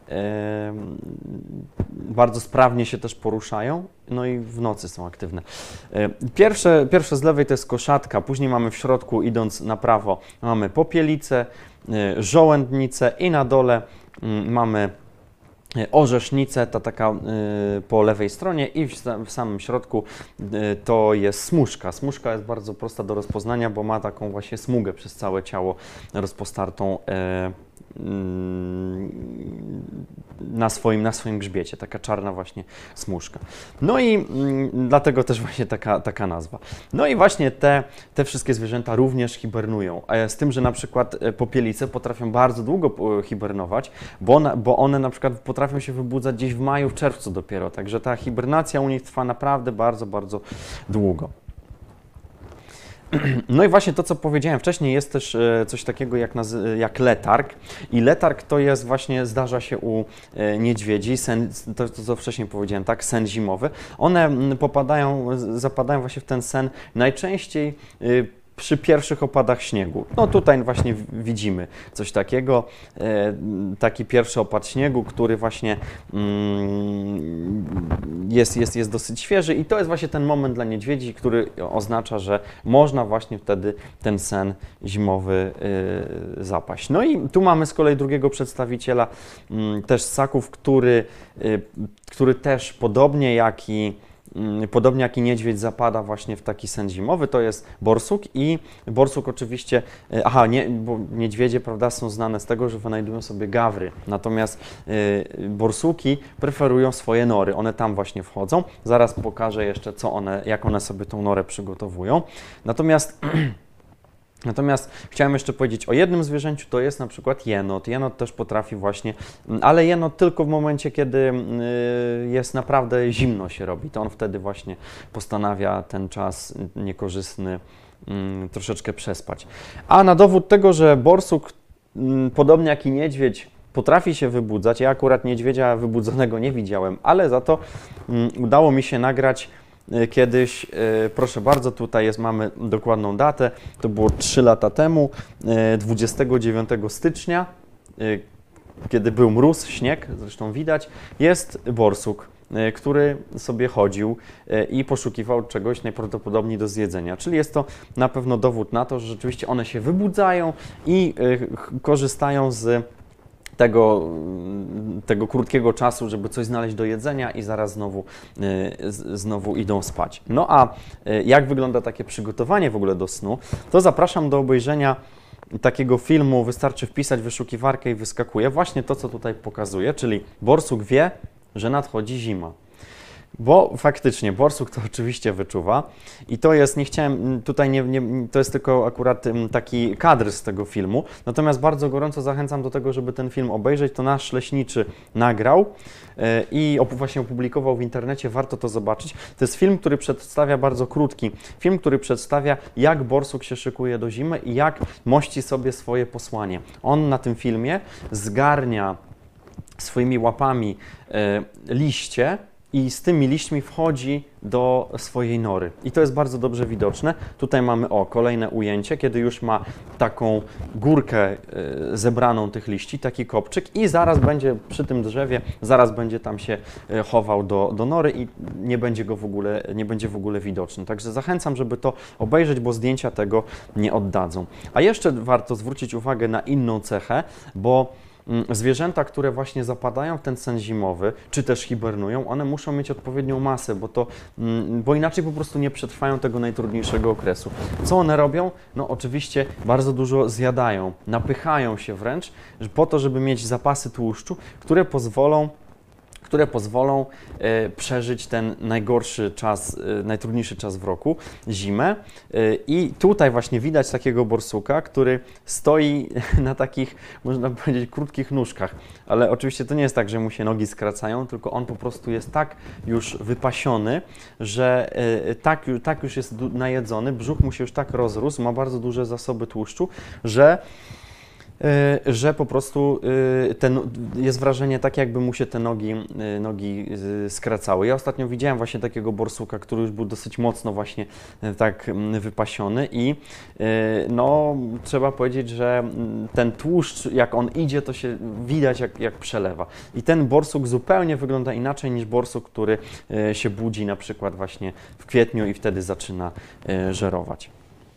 bardzo sprawnie się też poruszają, no i w nocy są aktywne. Pierwsze, pierwsze z lewej to jest koszatka, później mamy w środku, idąc na prawo, mamy popielicę, żołędnicę i na dole mamy orzesznicę, ta taka po lewej stronie i w samym środku to jest smużka. Smużka jest bardzo prosta do rozpoznania, bo ma taką właśnie smugę przez całe ciało rozpostartą na swoim, na swoim grzbiecie, taka czarna właśnie smużka. No i mm, dlatego też właśnie taka, taka nazwa. No i właśnie te, te wszystkie zwierzęta również hibernują, z tym, że na przykład popielice potrafią bardzo długo hibernować, bo, na, bo one na przykład potrafią się wybudzać gdzieś w maju, w czerwcu dopiero, także ta hibernacja u nich trwa naprawdę bardzo, bardzo długo. No i właśnie to, co powiedziałem wcześniej, jest też coś takiego jak, jak letarg i letarg to jest właśnie, zdarza się u niedźwiedzi, sen, to, to co wcześniej powiedziałem, tak, sen zimowy. One popadają, zapadają właśnie w ten sen najczęściej przy pierwszych opadach śniegu. No tutaj właśnie widzimy coś takiego, taki pierwszy opad śniegu, który właśnie jest, jest, jest dosyć świeży i to jest właśnie ten moment dla niedźwiedzi, który oznacza, że można właśnie wtedy ten sen zimowy zapaść. No i tu mamy z kolei drugiego przedstawiciela też ssaków, który, który też podobnie jak i Podobnie jak i niedźwiedź zapada właśnie w taki sen zimowy, to jest borsuk i borsuk oczywiście, aha, nie, bo niedźwiedzie, prawda, są znane z tego, że wynajdują sobie gawry, natomiast y, borsuki preferują swoje nory, one tam właśnie wchodzą, zaraz pokażę jeszcze, co one, jak one sobie tą norę przygotowują, natomiast Natomiast chciałem jeszcze powiedzieć o jednym zwierzęciu, to jest na przykład jenot. Jenot też potrafi właśnie, ale jenot tylko w momencie, kiedy jest naprawdę zimno się robi, to on wtedy właśnie postanawia ten czas niekorzystny troszeczkę przespać. A na dowód tego, że borsuk, podobnie jak i niedźwiedź, potrafi się wybudzać, ja akurat niedźwiedzia wybudzonego nie widziałem, ale za to udało mi się nagrać kiedyś, proszę bardzo, tutaj jest, mamy dokładną datę, to było trzy lata temu, dwudziestego dziewiątego stycznia, kiedy był mróz, śnieg, zresztą widać, jest borsuk, który sobie chodził i poszukiwał czegoś najprawdopodobniej do zjedzenia. Czyli jest to na pewno dowód na to, że rzeczywiście one się wybudzają i korzystają z Tego, tego krótkiego czasu, żeby coś znaleźć do jedzenia i zaraz znowu, znowu idą spać. No a jak wygląda takie przygotowanie w ogóle do snu, to zapraszam do obejrzenia takiego filmu, wystarczy wpisać w wyszukiwarkę i wyskakuje właśnie to, co tutaj pokazuję, czyli borsuk wie, że nadchodzi zima. Bo faktycznie borsuk to oczywiście wyczuwa i to jest, nie chciałem, tutaj nie, nie, to jest tylko akurat taki kadr z tego filmu, natomiast bardzo gorąco zachęcam do tego, żeby ten film obejrzeć, to nasz leśniczy nagrał i właśnie opublikował w internecie, warto to zobaczyć. To jest film, który przedstawia, bardzo krótki film, który przedstawia, jak borsuk się szykuje do zimy i jak mości sobie swoje posłanie. On na tym filmie zgarnia swoimi łapami liście, i z tymi liśćmi wchodzi do swojej nory. I to jest bardzo dobrze widoczne. Tutaj mamy, o, kolejne ujęcie, kiedy już ma taką górkę y, zebraną tych liści, taki kopczyk i zaraz będzie przy tym drzewie, zaraz będzie tam się y, chował do, do nory i nie będzie go w ogóle, nie będzie w ogóle widoczny. Także zachęcam, żeby to obejrzeć, bo zdjęcia tego nie oddadzą. A jeszcze warto zwrócić uwagę na inną cechę, bo zwierzęta, które właśnie zapadają w ten sen zimowy, czy też hibernują, one muszą mieć odpowiednią masę, bo, to, bo inaczej po prostu nie przetrwają tego najtrudniejszego okresu. Co one robią? No oczywiście bardzo dużo zjadają, napychają się wręcz po to, żeby mieć zapasy tłuszczu, które pozwolą które pozwolą e, przeżyć ten najgorszy czas, e, najtrudniejszy czas w roku, zimę. E, I tutaj właśnie widać takiego borsuka, który stoi na takich, można powiedzieć, krótkich nóżkach. Ale oczywiście to nie jest tak, że mu się nogi skracają, tylko on po prostu jest tak już wypasiony, że e, tak, tak już jest najedzony, brzuch mu się już tak rozrósł, ma bardzo duże zasoby tłuszczu, że że po prostu ten, jest wrażenie tak, jakby mu się te nogi, nogi skracały. Ja ostatnio widziałem właśnie takiego borsuka, który już był dosyć mocno właśnie tak wypasiony i no trzeba powiedzieć, że ten tłuszcz, jak on idzie, to się widać, jak, jak przelewa. I ten borsuk zupełnie wygląda inaczej niż borsuk, który się budzi na przykład właśnie w kwietniu i wtedy zaczyna żerować.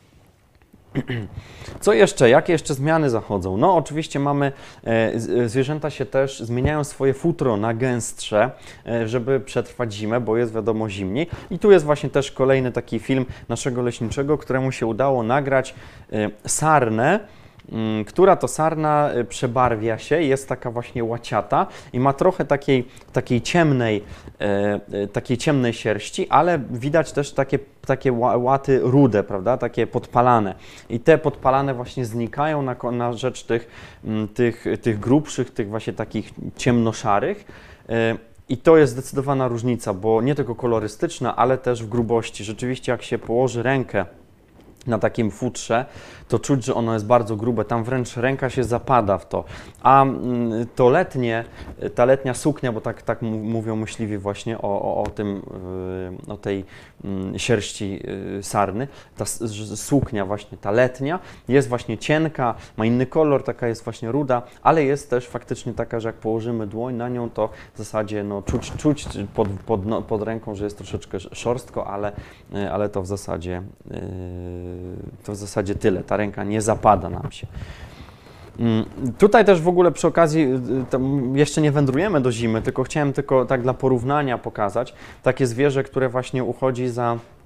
Co jeszcze? Jakie jeszcze zmiany zachodzą? No oczywiście mamy, e, zwierzęta się też zmieniają swoje futro na gęstsze, e, żeby przetrwać zimę, bo jest wiadomo zimniej. I tu jest właśnie też kolejny taki film naszego leśniczego, któremu się udało nagrać e, sarnę, która to sarna przebarwia się, jest taka właśnie łaciata i ma trochę takiej, takiej, ciemnej, e, takiej ciemnej sierści, ale widać też takie, takie łaty rude, prawda, takie podpalane. I te podpalane właśnie znikają na, na rzecz tych, tych, tych grubszych, tych właśnie takich ciemnoszarych. E, I to jest zdecydowana różnica, bo nie tylko kolorystyczna, ale też w grubości. Rzeczywiście jak się położy rękę na takim futrze, to czuć, że ono jest bardzo grube, tam wręcz ręka się zapada w to. A to letnie, ta letnia suknia, bo tak, tak mówią myśliwi właśnie o, o, o tym, o tej sierści sarny, ta suknia właśnie, ta letnia jest właśnie cienka, ma inny kolor, taka jest właśnie ruda, ale jest też faktycznie taka, że jak położymy dłoń na nią, to w zasadzie no, czuć, czuć pod, pod, no, pod ręką, że jest troszeczkę szorstko, ale, ale to w zasadzie to w zasadzie tyle. Ta ręka nie zapada nam się. Tutaj też w ogóle przy okazji, jeszcze nie wędrujemy do zimy, tylko chciałem tylko tak dla porównania pokazać takie zwierzę, które właśnie uchodzi za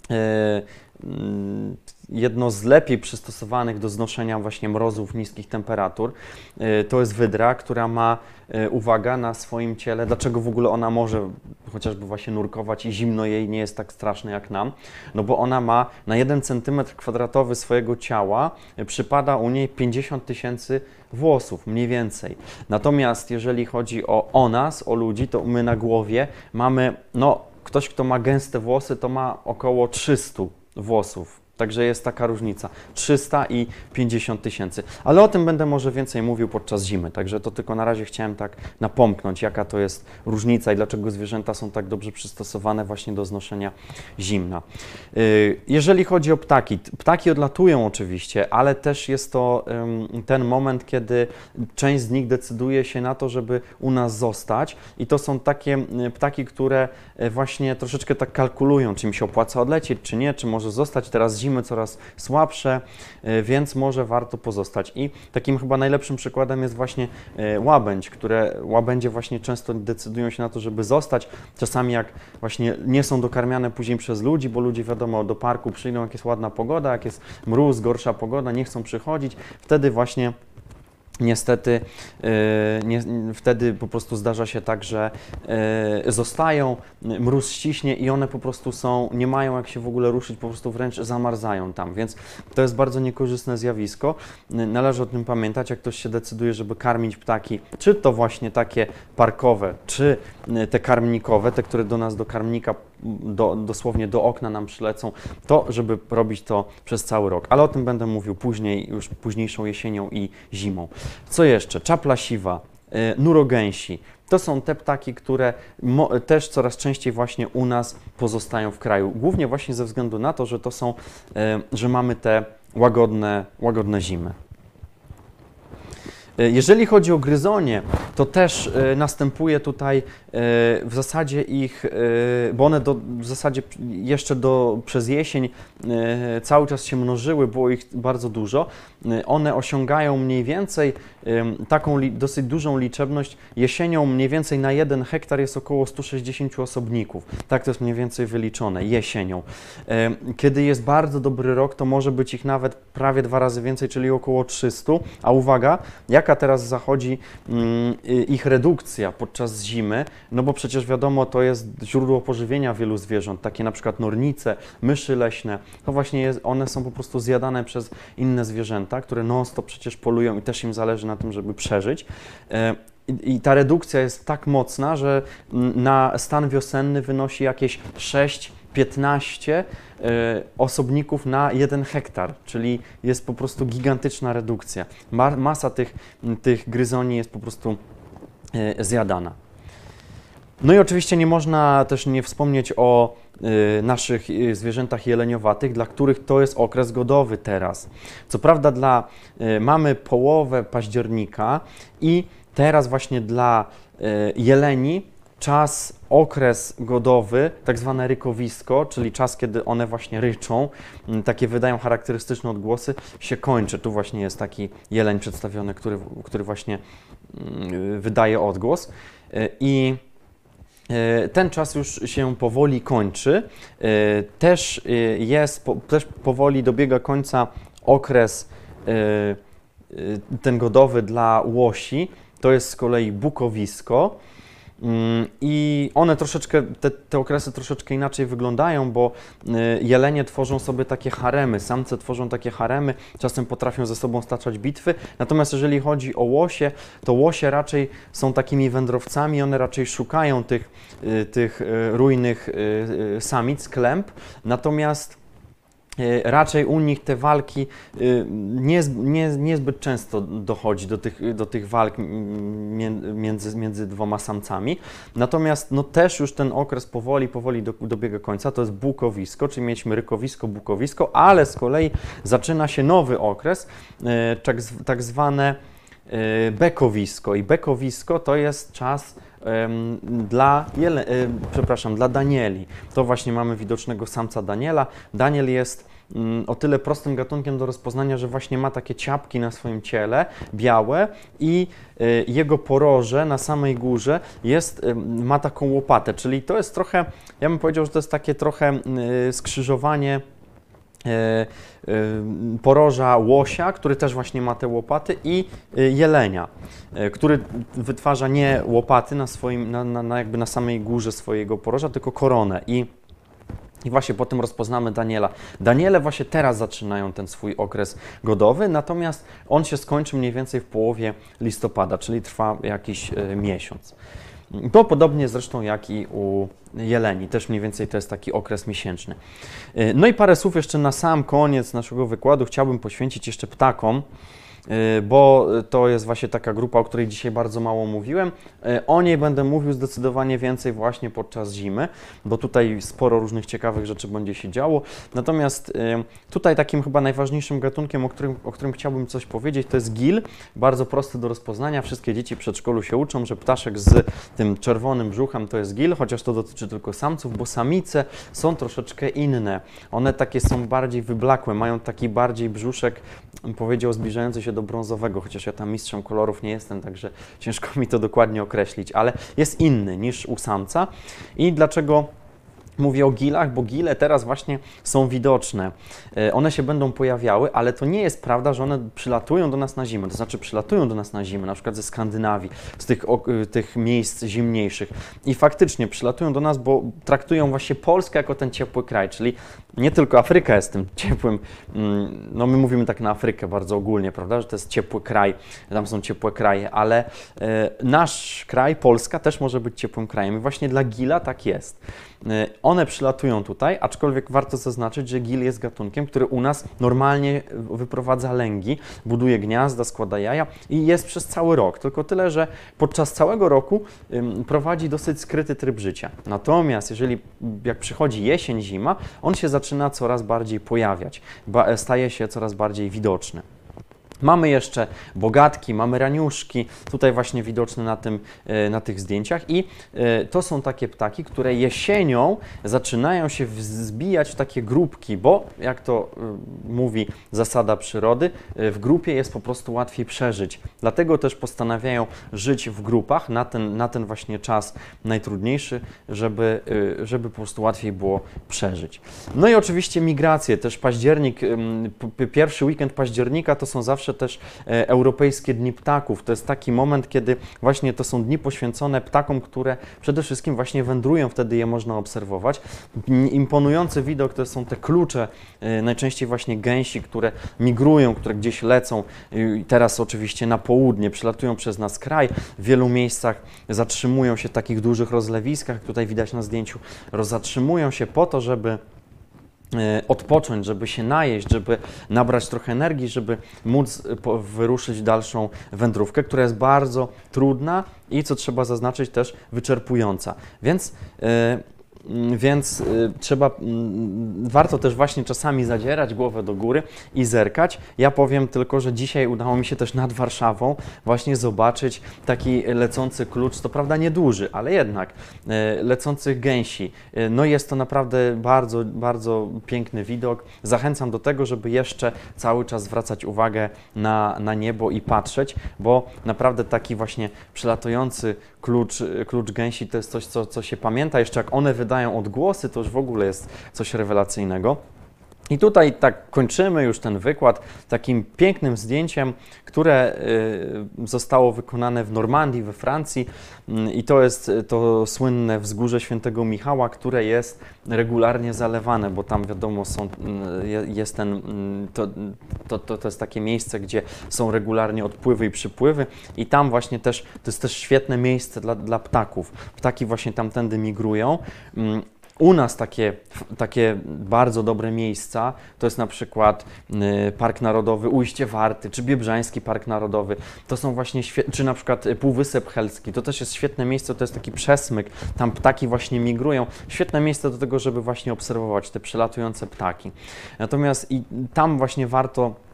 jedno z lepiej przystosowanych do znoszenia właśnie mrozów, niskich temperatur. To jest wydra, która ma, uwaga, na swoim ciele, dlaczego w ogóle ona może chociażby właśnie nurkować i zimno jej nie jest tak straszne jak nam, no bo ona ma na jeden centymetr kwadratowy swojego ciała, przypada u niej pięćdziesiąt tysięcy włosów, mniej więcej. Natomiast jeżeli chodzi o, o nas, o ludzi, to my na głowie mamy, no ktoś, kto ma gęste włosy, to ma około trzysta włosów. Także jest taka różnica, trzysta i pięćdziesiąt tysięcy. Ale o tym będę może więcej mówił podczas zimy, także to tylko na razie chciałem tak napomknąć, jaka to jest różnica i dlaczego zwierzęta są tak dobrze przystosowane właśnie do znoszenia zimna. Jeżeli chodzi o ptaki, ptaki odlatują oczywiście, ale też jest to ten moment, kiedy część z nich decyduje się na to, żeby u nas zostać i to są takie ptaki, które właśnie troszeczkę tak kalkulują, czy mi się opłaca odlecieć, czy nie, czy może zostać teraz zimno, coraz słabsze, więc może warto pozostać. I takim chyba najlepszym przykładem jest właśnie łabędź, które łabędzie właśnie często decydują się na to, żeby zostać. Czasami jak właśnie nie są dokarmiane później przez ludzi, bo ludzie wiadomo do parku przyjdą, jak jest ładna pogoda, jak jest mróz, gorsza pogoda, nie chcą przychodzić, wtedy właśnie Niestety yy, nie, wtedy po prostu zdarza się tak, że yy, zostają, mróz ściśnie i one po prostu są, nie mają jak się w ogóle ruszyć, po prostu wręcz zamarzają tam, więc to jest bardzo niekorzystne zjawisko. Yy, należy o tym pamiętać, jak ktoś się decyduje, żeby karmić ptaki, czy to właśnie takie parkowe, czy yy, te karmnikowe, te, które do nas do karmnika Do, dosłownie do okna nam przylecą, to żeby robić to przez cały rok. Ale o tym będę mówił później, już późniejszą jesienią i zimą. Co jeszcze? Czapla siwa, y, nurogęsi. To są te ptaki, które też coraz częściej właśnie u nas pozostają w kraju. Głównie właśnie ze względu na to, że to są, y, że mamy te łagodne, łagodne zimy. Jeżeli chodzi o gryzonie, to też y, następuje tutaj y, w zasadzie ich, y, bo one do, w zasadzie jeszcze do, przez jesień y, cały czas się mnożyły, było ich bardzo dużo. Y, one osiągają mniej więcej y, taką li, dosyć dużą liczebność. Jesienią mniej więcej na jeden hektar jest około stu sześćdziesięciu osobników. Tak to jest mniej więcej wyliczone, jesienią. Y, kiedy jest bardzo dobry rok, to może być ich nawet prawie dwa razy więcej, czyli około trzystu. A uwaga, jak teraz zachodzi mm, ich redukcja podczas zimy, no bo przecież wiadomo, to jest źródło pożywienia wielu zwierząt, takie na przykład nornice, myszy leśne, to właśnie jest, one są po prostu zjadane przez inne zwierzęta, które non-stop przecież polują i też im zależy na tym, żeby przeżyć. E, I ta redukcja jest tak mocna, że na stan wiosenny wynosi jakieś sześć piętnaście osobników na jeden hektar, czyli jest po prostu gigantyczna redukcja. Masa tych, tych gryzoni jest po prostu zjadana. No i oczywiście nie można też nie wspomnieć o naszych zwierzętach jeleniowatych, dla których to jest okres godowy teraz. Co prawda dla, mamy połowę października i teraz właśnie dla jeleni czas, okres godowy, tak zwane rykowisko, czyli czas, kiedy one właśnie ryczą, takie wydają charakterystyczne odgłosy, się kończy. Tu właśnie jest taki jeleń przedstawiony, który, który właśnie wydaje odgłos. I ten czas już się powoli kończy. Też jest, też powoli dobiega końca okres ten godowy dla łosi. To jest z kolei bukowisko. I one troszeczkę, te, te okresy troszeczkę inaczej wyglądają, bo jelenie tworzą sobie takie haremy, samce tworzą takie haremy, czasem potrafią ze sobą staczać bitwy, natomiast jeżeli chodzi o łosie, to łosie raczej są takimi wędrowcami, one raczej szukają tych, tych rujnych samic, klęp, natomiast raczej u nich te walki nie, nie, niezbyt często dochodzi do tych, do tych walk między, między dwoma samcami. Natomiast no, też już ten okres powoli, powoli do, dobiega końca. To jest bukowisko, czyli mieliśmy rykowisko, bukowisko, ale z kolei zaczyna się nowy okres, tak, tak zwane bekowisko. I bekowisko to jest czas dla, jele, przepraszam, dla danieli. To właśnie mamy widocznego samca daniela. Daniel jest o tyle prostym gatunkiem do rozpoznania, że właśnie ma takie ciapki na swoim ciele, białe i jego poroże na samej górze jest, ma taką łopatę, czyli to jest trochę, ja bym powiedział, że to jest takie trochę skrzyżowanie poroża łosia, który też właśnie ma te łopaty, i jelenia, który wytwarza nie łopaty na swoim, na, na, na jakby na samej górze swojego poroża, tylko koronę. I I właśnie potem rozpoznamy Daniela. Daniele właśnie teraz zaczynają ten swój okres godowy, natomiast on się skończy mniej więcej w połowie listopada, czyli trwa jakiś y, miesiąc. To podobnie zresztą jak i u jeleni, też mniej więcej to jest taki okres miesięczny. Y, no i parę słów jeszcze na sam koniec naszego wykładu chciałbym poświęcić jeszcze ptakom, bo to jest właśnie taka grupa, o której dzisiaj bardzo mało mówiłem. O niej będę mówił zdecydowanie więcej właśnie podczas zimy, bo tutaj sporo różnych ciekawych rzeczy będzie się działo. Natomiast tutaj takim chyba najważniejszym gatunkiem, o którym, o którym chciałbym coś powiedzieć, to jest gil. Bardzo prosty do rozpoznania. Wszystkie dzieci w przedszkolu się uczą, że ptaszek z tym czerwonym brzuchem to jest gil, chociaż to dotyczy tylko samców, bo samice są troszeczkę inne. One takie są bardziej wyblakłe, mają taki bardziej brzuszek, powiedział, zbliżający się do brązowego, chociaż ja tam mistrzem kolorów nie jestem, także ciężko mi to dokładnie określić, ale jest inny niż u samca. I dlaczego mówię o gilach? Bo gile teraz właśnie są widoczne. One się będą pojawiały, ale to nie jest prawda, że one przylatują do nas na zimę. To znaczy przylatują do nas na zimę, na przykład ze Skandynawii, z tych, tych miejsc zimniejszych. I faktycznie przylatują do nas, bo traktują właśnie Polskę jako ten ciepły kraj, czyli nie tylko Afryka jest tym ciepłym, no my mówimy tak na Afrykę bardzo ogólnie, prawda, że to jest ciepły kraj, tam są ciepłe kraje, ale nasz kraj, Polska, też może być ciepłym krajem i właśnie dla gila tak jest. One przylatują tutaj, aczkolwiek warto zaznaczyć, że gil jest gatunkiem, który u nas normalnie wyprowadza lęgi, buduje gniazda, składa jaja i jest przez cały rok. Tylko tyle, że podczas całego roku ym, prowadzi dosyć skryty tryb życia. Natomiast jeżeli jak przychodzi jesień, zima, on się zaczyna coraz bardziej pojawiać, ba, staje się coraz bardziej widoczny. Mamy jeszcze bogatki, mamy raniuszki, tutaj właśnie widoczne na, tym, na tych zdjęciach i to są takie ptaki, które jesienią zaczynają się zbijać w takie grupki, bo jak to mówi zasada przyrody, w grupie jest po prostu łatwiej przeżyć. Dlatego też postanawiają żyć w grupach na ten, na ten właśnie czas najtrudniejszy, żeby, żeby po prostu łatwiej było przeżyć. No i oczywiście migracje, też październik, pierwszy weekend października to są zawsze też e, europejskie dni ptaków. To jest taki moment, kiedy właśnie to są dni poświęcone ptakom, które przede wszystkim właśnie wędrują, wtedy je można obserwować. Imponujący widok to są te klucze, e, najczęściej właśnie gęsi, które migrują, które gdzieś lecą. I teraz oczywiście na południe, przylatują przez nas kraj. W wielu miejscach zatrzymują się w takich dużych rozlewiskach, tutaj widać na zdjęciu, zatrzymują się po to, żeby odpocząć, żeby się najeść, żeby nabrać trochę energii, żeby móc wyruszyć w dalszą wędrówkę, która jest bardzo trudna i, co trzeba zaznaczyć, też wyczerpująca. Więc yy, Więc y, trzeba, y, warto też właśnie czasami zadzierać głowę do góry i zerkać. Ja powiem tylko, że dzisiaj udało mi się też nad Warszawą właśnie zobaczyć taki lecący klucz, to prawda nieduży, ale jednak y, lecących gęsi. Y, no jest to naprawdę bardzo, bardzo piękny widok. Zachęcam do tego, żeby jeszcze cały czas zwracać uwagę na, na niebo i patrzeć, bo naprawdę taki właśnie przelatujący klucz, klucz gęsi to jest coś, co, co się pamięta. Jeszcze jak one wydają odgłosy, to już w ogóle jest coś rewelacyjnego. I tutaj tak kończymy już ten wykład takim pięknym zdjęciem, które y, zostało wykonane w Normandii, we Francji y, i to jest to słynne wzgórze Świętego Michała, które jest regularnie zalewane, bo tam wiadomo są, y, jest ten, y, to, to, to, to jest takie miejsce, gdzie są regularnie odpływy i przypływy i tam właśnie też, to jest też świetne miejsce dla, dla ptaków. Ptaki właśnie tamtędy migrują. Y, U nas takie, takie bardzo dobre miejsca to jest na przykład y, Park Narodowy Ujście Warty, czy Biebrzański Park Narodowy. To są właśnie, czy na przykład Półwysep Helski. To też jest świetne miejsce, to jest taki przesmyk. Tam ptaki właśnie migrują. Świetne miejsce do tego, żeby właśnie obserwować te przelatujące ptaki. Natomiast i tam właśnie warto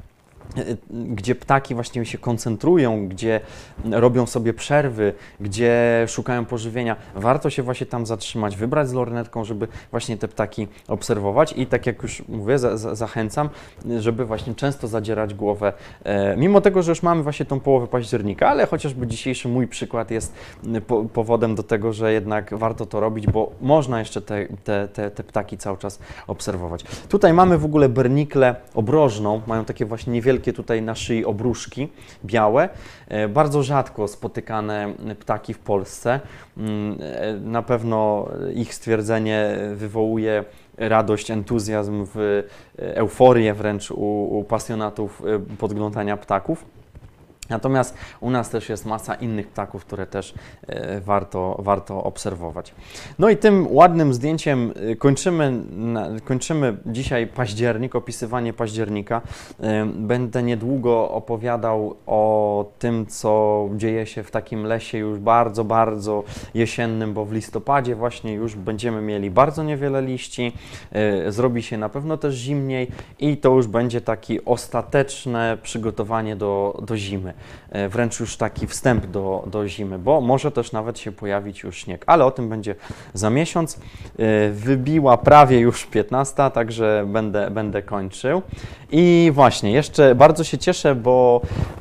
gdzie ptaki właśnie się koncentrują, gdzie robią sobie przerwy, gdzie szukają pożywienia. Warto się właśnie tam zatrzymać, wybrać z lornetką, żeby właśnie te ptaki obserwować i tak jak już mówię, za, za, zachęcam, żeby właśnie często zadzierać głowę, e, mimo tego, że już mamy właśnie tą połowę października, ale chociażby dzisiejszy mój przykład jest po, powodem do tego, że jednak warto to robić, bo można jeszcze te, te, te, te ptaki cały czas obserwować. Tutaj mamy w ogóle bernikle obrożną, mają takie właśnie niewielkie tutaj na szyi obruszki białe, bardzo rzadko spotykane ptaki w Polsce. Na pewno ich stwierdzenie wywołuje radość, entuzjazm, w euforię wręcz u, u pasjonatów podglądania ptaków. Natomiast u nas też jest masa innych ptaków, które też e, warto, warto obserwować. No i tym ładnym zdjęciem kończymy, na, kończymy dzisiaj październik, opisywanie października. E, będę niedługo opowiadał o tym, co dzieje się w takim lesie już bardzo, bardzo jesiennym, bo w listopadzie właśnie już będziemy mieli bardzo niewiele liści, e, zrobi się na pewno też zimniej i to już będzie takie ostateczne przygotowanie do, do zimy. Wręcz już taki wstęp do, do zimy, bo może też nawet się pojawić już śnieg, ale o tym będzie za miesiąc. Wybiła prawie już piętnasta, także będę, będę kończył. I właśnie, jeszcze bardzo się cieszę, bo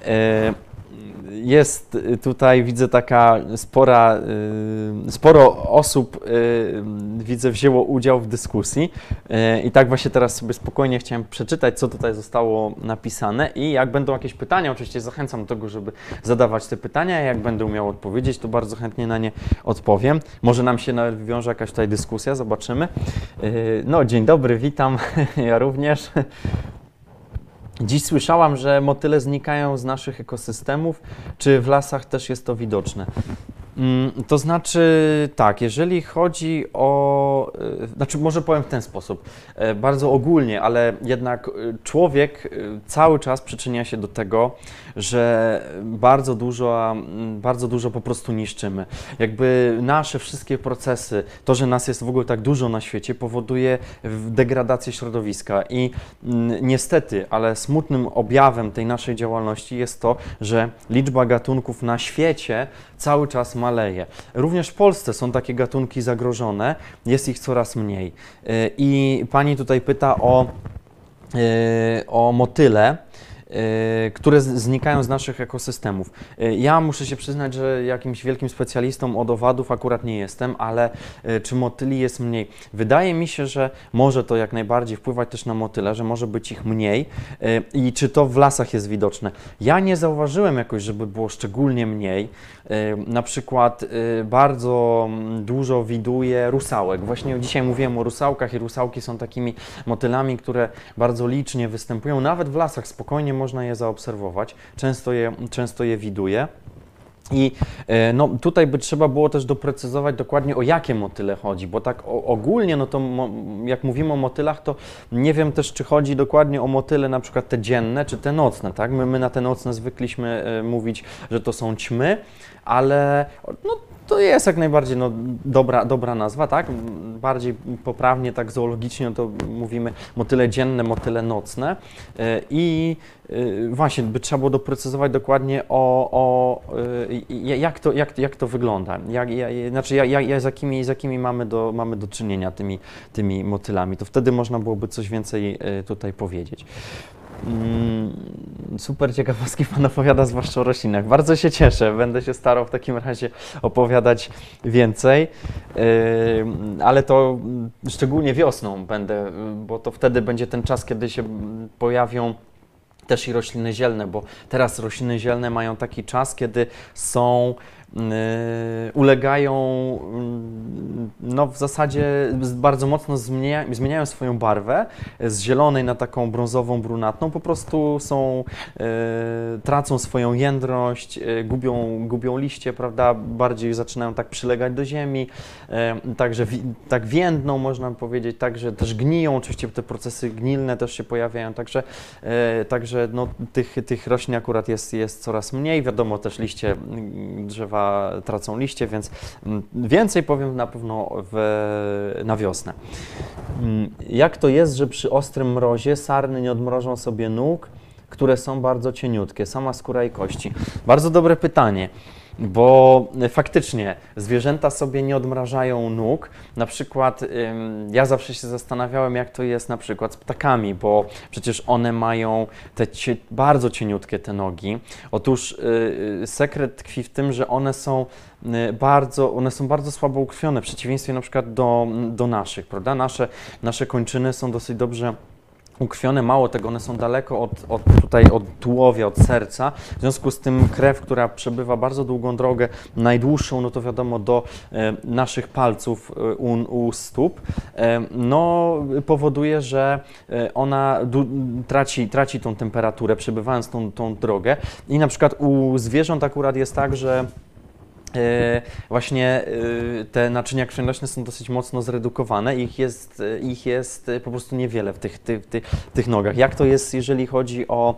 jest tutaj, widzę, taka spora, sporo osób, widzę, wzięło udział w dyskusji i tak właśnie teraz sobie spokojnie chciałem przeczytać, co tutaj zostało napisane i jak będą jakieś pytania, oczywiście zachęcam do tego, żeby zadawać te pytania, jak będę umiał odpowiedzieć, to bardzo chętnie na nie odpowiem. Może nam się nawet wiąże jakaś tutaj dyskusja, zobaczymy. No, dzień dobry, witam, ja również. Dziś słyszałam, że motyle znikają z naszych ekosystemów. Czy w lasach też jest to widoczne? To znaczy tak, jeżeli chodzi o, znaczy może powiem w ten sposób, bardzo ogólnie, ale jednak człowiek cały czas przyczynia się do tego, że bardzo dużo, bardzo dużo po prostu niszczymy. Jakby nasze wszystkie procesy, to, że nas jest w ogóle tak dużo na świecie, powoduje degradację środowiska i niestety, ale smutnym objawem tej naszej działalności jest to, że liczba gatunków na świecie cały czas maleje. Również w Polsce są takie gatunki zagrożone, jest ich coraz mniej. I pani tutaj pyta o, o motyle, które znikają z naszych ekosystemów. Ja muszę się przyznać, że jakimś wielkim specjalistą od owadów akurat nie jestem, ale czy motyli jest mniej? Wydaje mi się, że może to jak najbardziej wpływać też na motyle, że może być ich mniej i czy to w lasach jest widoczne. Ja nie zauważyłem jakoś, żeby było szczególnie mniej. Na przykład bardzo dużo widuję rusałek. Właśnie dzisiaj mówiłem o rusałkach i rusałki są takimi motylami, które bardzo licznie występują. Nawet w lasach spokojnie można je zaobserwować. Często je, często je widuję. I no, tutaj by trzeba było też doprecyzować dokładnie, o jakie motyle chodzi, bo tak o, ogólnie, no to mo, jak mówimy o motylach, to nie wiem też, czy chodzi dokładnie o motyle na przykład te dzienne, czy te nocne, tak? My, my na te nocne zwykliśmy y, mówić, że to są ćmy, ale no, to jest jak najbardziej no, dobra, dobra nazwa, tak? Bardziej poprawnie, tak zoologicznie to mówimy motyle dzienne, motyle nocne y, i y, właśnie by trzeba było doprecyzować dokładnie o, o y, jak, to, jak, jak to wygląda, jak, jak, znaczy jak, jak, z, jakimi, z jakimi mamy do, mamy do czynienia tymi, tymi motylami, to wtedy można byłoby coś więcej y, tutaj powiedzieć. Super ciekawostki Pan opowiada, zwłaszcza o roślinach. Bardzo się cieszę, będę się starał w takim razie opowiadać więcej, ale to szczególnie wiosną będę, bo to wtedy będzie ten czas, kiedy się pojawią też i rośliny zielne, bo teraz rośliny zielne mają taki czas, kiedy są Yy, ulegają, yy, no w zasadzie bardzo mocno zmienia, zmieniają swoją barwę z zielonej na taką brązową, brunatną, po prostu są, yy, tracą swoją jędrość, yy, gubią, gubią liście, prawda, bardziej zaczynają tak przylegać do ziemi, yy, także wi, tak więdną, można powiedzieć, także też gniją, oczywiście te procesy gnilne też się pojawiają, także, yy, także no, tych, tych roślin akurat jest, jest coraz mniej, wiadomo też liście drzewa tracą liście, więc więcej powiem na pewno w, na wiosnę. Jak to jest, że przy ostrym mrozie sarny nie odmrożą sobie nóg? które są bardzo cieniutkie, sama skóra i kości? Bardzo dobre pytanie. Bo faktycznie zwierzęta sobie nie odmrażają nóg. Na przykład ym, ja zawsze się zastanawiałem, jak to jest na przykład z ptakami, bo przecież one mają te cie, bardzo cieniutkie te nogi. Otóż yy, sekret tkwi w tym, że one są yy, bardzo, one są bardzo słabo ukrwione, w przeciwieństwie na przykład do, do naszych, prawda? Nasze, nasze kończyny są dosyć dobrze ukrwione, mało tego, one są daleko od, od tutaj od tułowia, od serca, w związku z tym krew, która przebywa bardzo długą drogę, najdłuższą, no to wiadomo, do e, naszych palców e, u, u stóp, e, no powoduje, że e, ona du, traci, traci tą temperaturę, przebywając tą, tą drogę i na przykład u zwierząt akurat jest tak, że właśnie te naczynia krwionośne są dosyć mocno zredukowane, ich jest, ich jest po prostu niewiele w tych, tych, tych, tych nogach. Jak to jest, jeżeli chodzi o,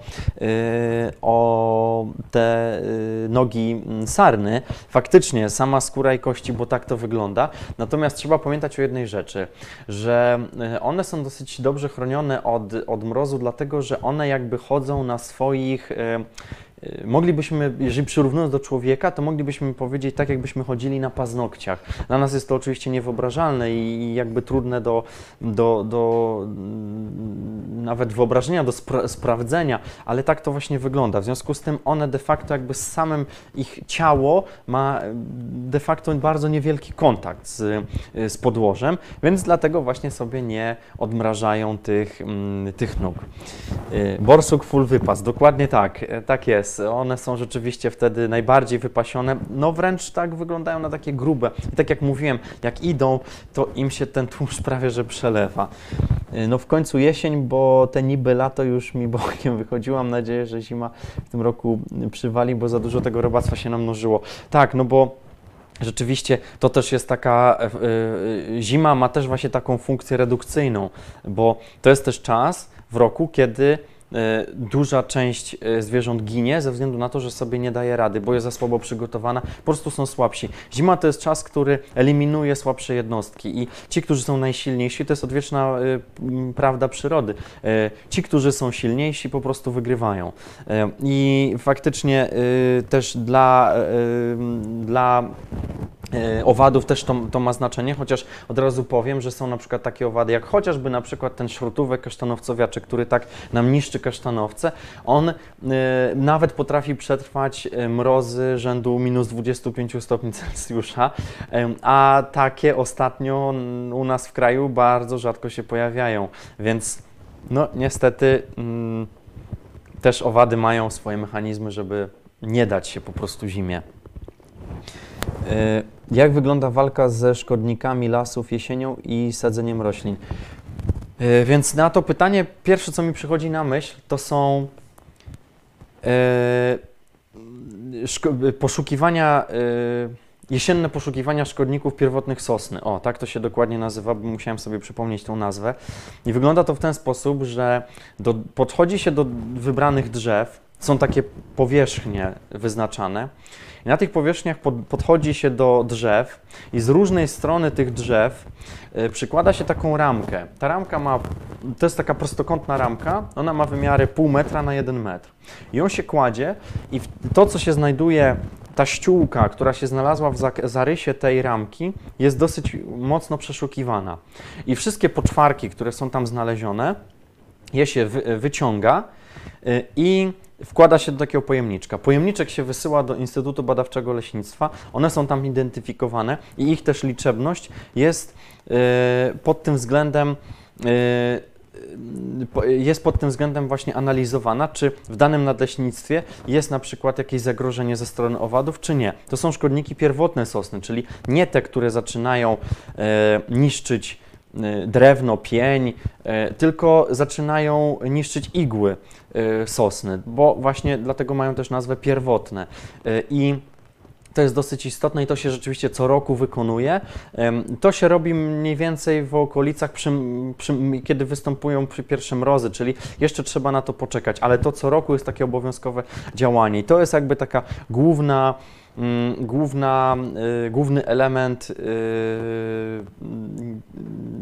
o te nogi sarny? Faktycznie sama skóra i kości, bo tak to wygląda. Natomiast trzeba pamiętać o jednej rzeczy, że one są dosyć dobrze chronione od, od mrozu, dlatego że one jakby chodzą na swoich moglibyśmy, jeżeli przyrównując do człowieka, to moglibyśmy powiedzieć tak, jakbyśmy chodzili na paznokciach. Dla nas jest to oczywiście niewyobrażalne i jakby trudne do, do, do nawet wyobrażenia, do spra sprawdzenia, ale tak to właśnie wygląda. W związku z tym one de facto jakby z samym ich ciało ma de facto bardzo niewielki kontakt z, z podłożem, więc dlatego właśnie sobie nie odmrażają tych, tych nóg. Borsuk full wypas, dokładnie tak, tak jest. One są rzeczywiście wtedy najbardziej wypasione, no wręcz tak wyglądają na takie grube. I tak jak mówiłem, jak idą, to im się ten tłuszcz prawie że przelewa. No w końcu jesień, bo te niby lato już mi bokiem wychodziło. Mam nadzieję, że zima w tym roku przywali, bo za dużo tego robactwa się namnożyło. Tak, no bo rzeczywiście to też jest taka, yy, zima ma też właśnie taką funkcję redukcyjną, bo to jest też czas w roku, kiedy duża część zwierząt ginie ze względu na to, że sobie nie daje rady, bo jest za słabo przygotowana, po prostu są słabsi. Zima to jest czas, który eliminuje słabsze jednostki i ci, którzy są najsilniejsi, to jest odwieczna y, prawda przyrody. Y, ci, którzy są silniejsi, po prostu wygrywają. Y, I faktycznie y, też dla, y, dla owadów też to, to ma znaczenie, chociaż od razu powiem, że są na przykład takie owady, jak chociażby na przykład ten śrutówek kasztanowcowiaczek, który tak nam niszczy kasztanowce, on y, nawet potrafi przetrwać mrozy rzędu minus dwadzieścia pięć stopni Celsjusza, y, a takie ostatnio u nas w kraju bardzo rzadko się pojawiają, więc no niestety y, też owady mają swoje mechanizmy, żeby nie dać się po prostu zimie. Jak wygląda walka ze szkodnikami lasów jesienią i sadzeniem roślin? Więc na to pytanie pierwsze, co mi przychodzi na myśl, to są poszukiwania, jesienne poszukiwania szkodników pierwotnych sosny. O, tak to się dokładnie nazywa, bo musiałem sobie przypomnieć tą nazwę. I wygląda to w ten sposób, że do, podchodzi się do wybranych drzew, są takie powierzchnie wyznaczane. I na tych powierzchniach pod, podchodzi się do drzew i z różnej strony tych drzew y, przykłada się taką ramkę. Ta ramka ma, to jest taka prostokątna ramka, ona ma wymiary pół metra na jeden metr. I ją się kładzie i w, to, co się znajduje, ta ściółka, która się znalazła w zarysie tej ramki, jest dosyć mocno przeszukiwana. I wszystkie poczwarki, które są tam znalezione, je się wy, wyciąga y, i wkłada się do takiego pojemniczka. Pojemniczek się wysyła do Instytutu Badawczego Leśnictwa, one są tam identyfikowane i ich też liczebność jest yy, pod tym względem yy, jest pod tym względem właśnie analizowana, czy w danym nadleśnictwie jest na przykład jakieś zagrożenie ze strony owadów, czy nie. To są szkodniki pierwotne sosny, czyli nie te, które zaczynają yy, niszczyć drewno, pień, tylko zaczynają niszczyć igły sosny, bo właśnie dlatego mają też nazwę pierwotne. I to jest dosyć istotne i to się rzeczywiście co roku wykonuje. To się robi mniej więcej w okolicach, przy, przy, kiedy występują pierwsze mrozy, czyli jeszcze trzeba na to poczekać, ale to co roku jest takie obowiązkowe działanie i to jest jakby taka główna Główna, y, główny element y,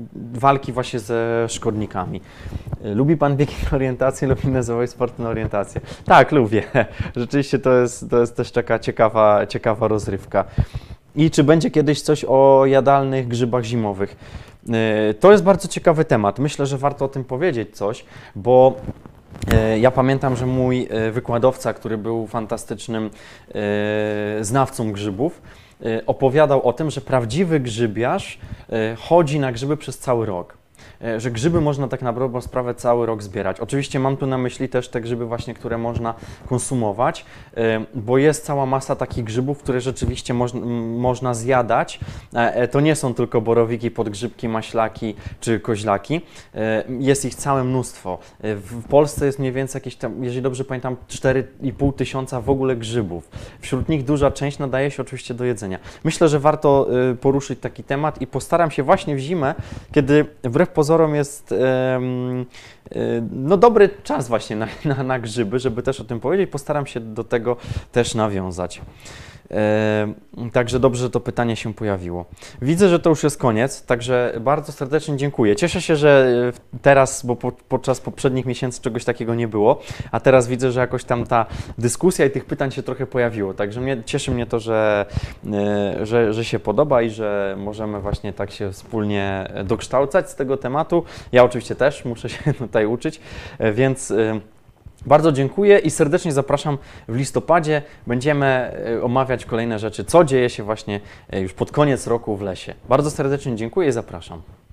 walki właśnie ze szkodnikami. Lubi Pan biegi na orientację, lubi nazywać sporty na orientację? Tak, lubię. Rzeczywiście to jest, to jest też taka ciekawa, ciekawa rozrywka. I czy będzie kiedyś coś o jadalnych grzybach zimowych? To jest bardzo ciekawy temat. Myślę, że warto o tym powiedzieć coś, bo ja pamiętam, że mój wykładowca, który był fantastycznym znawcą grzybów, opowiadał o tym, że prawdziwy grzybiarz chodzi na grzyby przez cały rok. Że grzyby można tak na dobrą sprawę cały rok zbierać. Oczywiście mam tu na myśli też te grzyby właśnie, które można konsumować, bo jest cała masa takich grzybów, które rzeczywiście moż, można zjadać. To nie są tylko borowiki, podgrzybki, maślaki czy koźlaki. Jest ich całe mnóstwo. W Polsce jest mniej więcej jakieś tam, jeżeli dobrze pamiętam, cztery i pół tysiąca w ogóle grzybów. Wśród nich duża część nadaje się oczywiście do jedzenia. Myślę, że warto poruszyć taki temat i postaram się właśnie w zimę, kiedy wbrew pozorom jest um, no dobry czas właśnie na, na, na grzyby, żeby też o tym powiedzieć. Postaram się do tego też nawiązać. E, także dobrze, że to pytanie się pojawiło. Widzę, że to już jest koniec, także bardzo serdecznie dziękuję. Cieszę się, że teraz, bo po, podczas poprzednich miesięcy czegoś takiego nie było, a teraz widzę, że jakoś tam ta dyskusja i tych pytań się trochę pojawiło. Także mnie, cieszy mnie to, że, e, że, że się podoba i że możemy właśnie tak się wspólnie dokształcać z tego tematu. Ja oczywiście też muszę się tutaj uczyć, e, więc e, bardzo dziękuję i serdecznie zapraszam w listopadzie. Będziemy omawiać kolejne rzeczy, co dzieje się właśnie już pod koniec roku w lesie. Bardzo serdecznie dziękuję i zapraszam.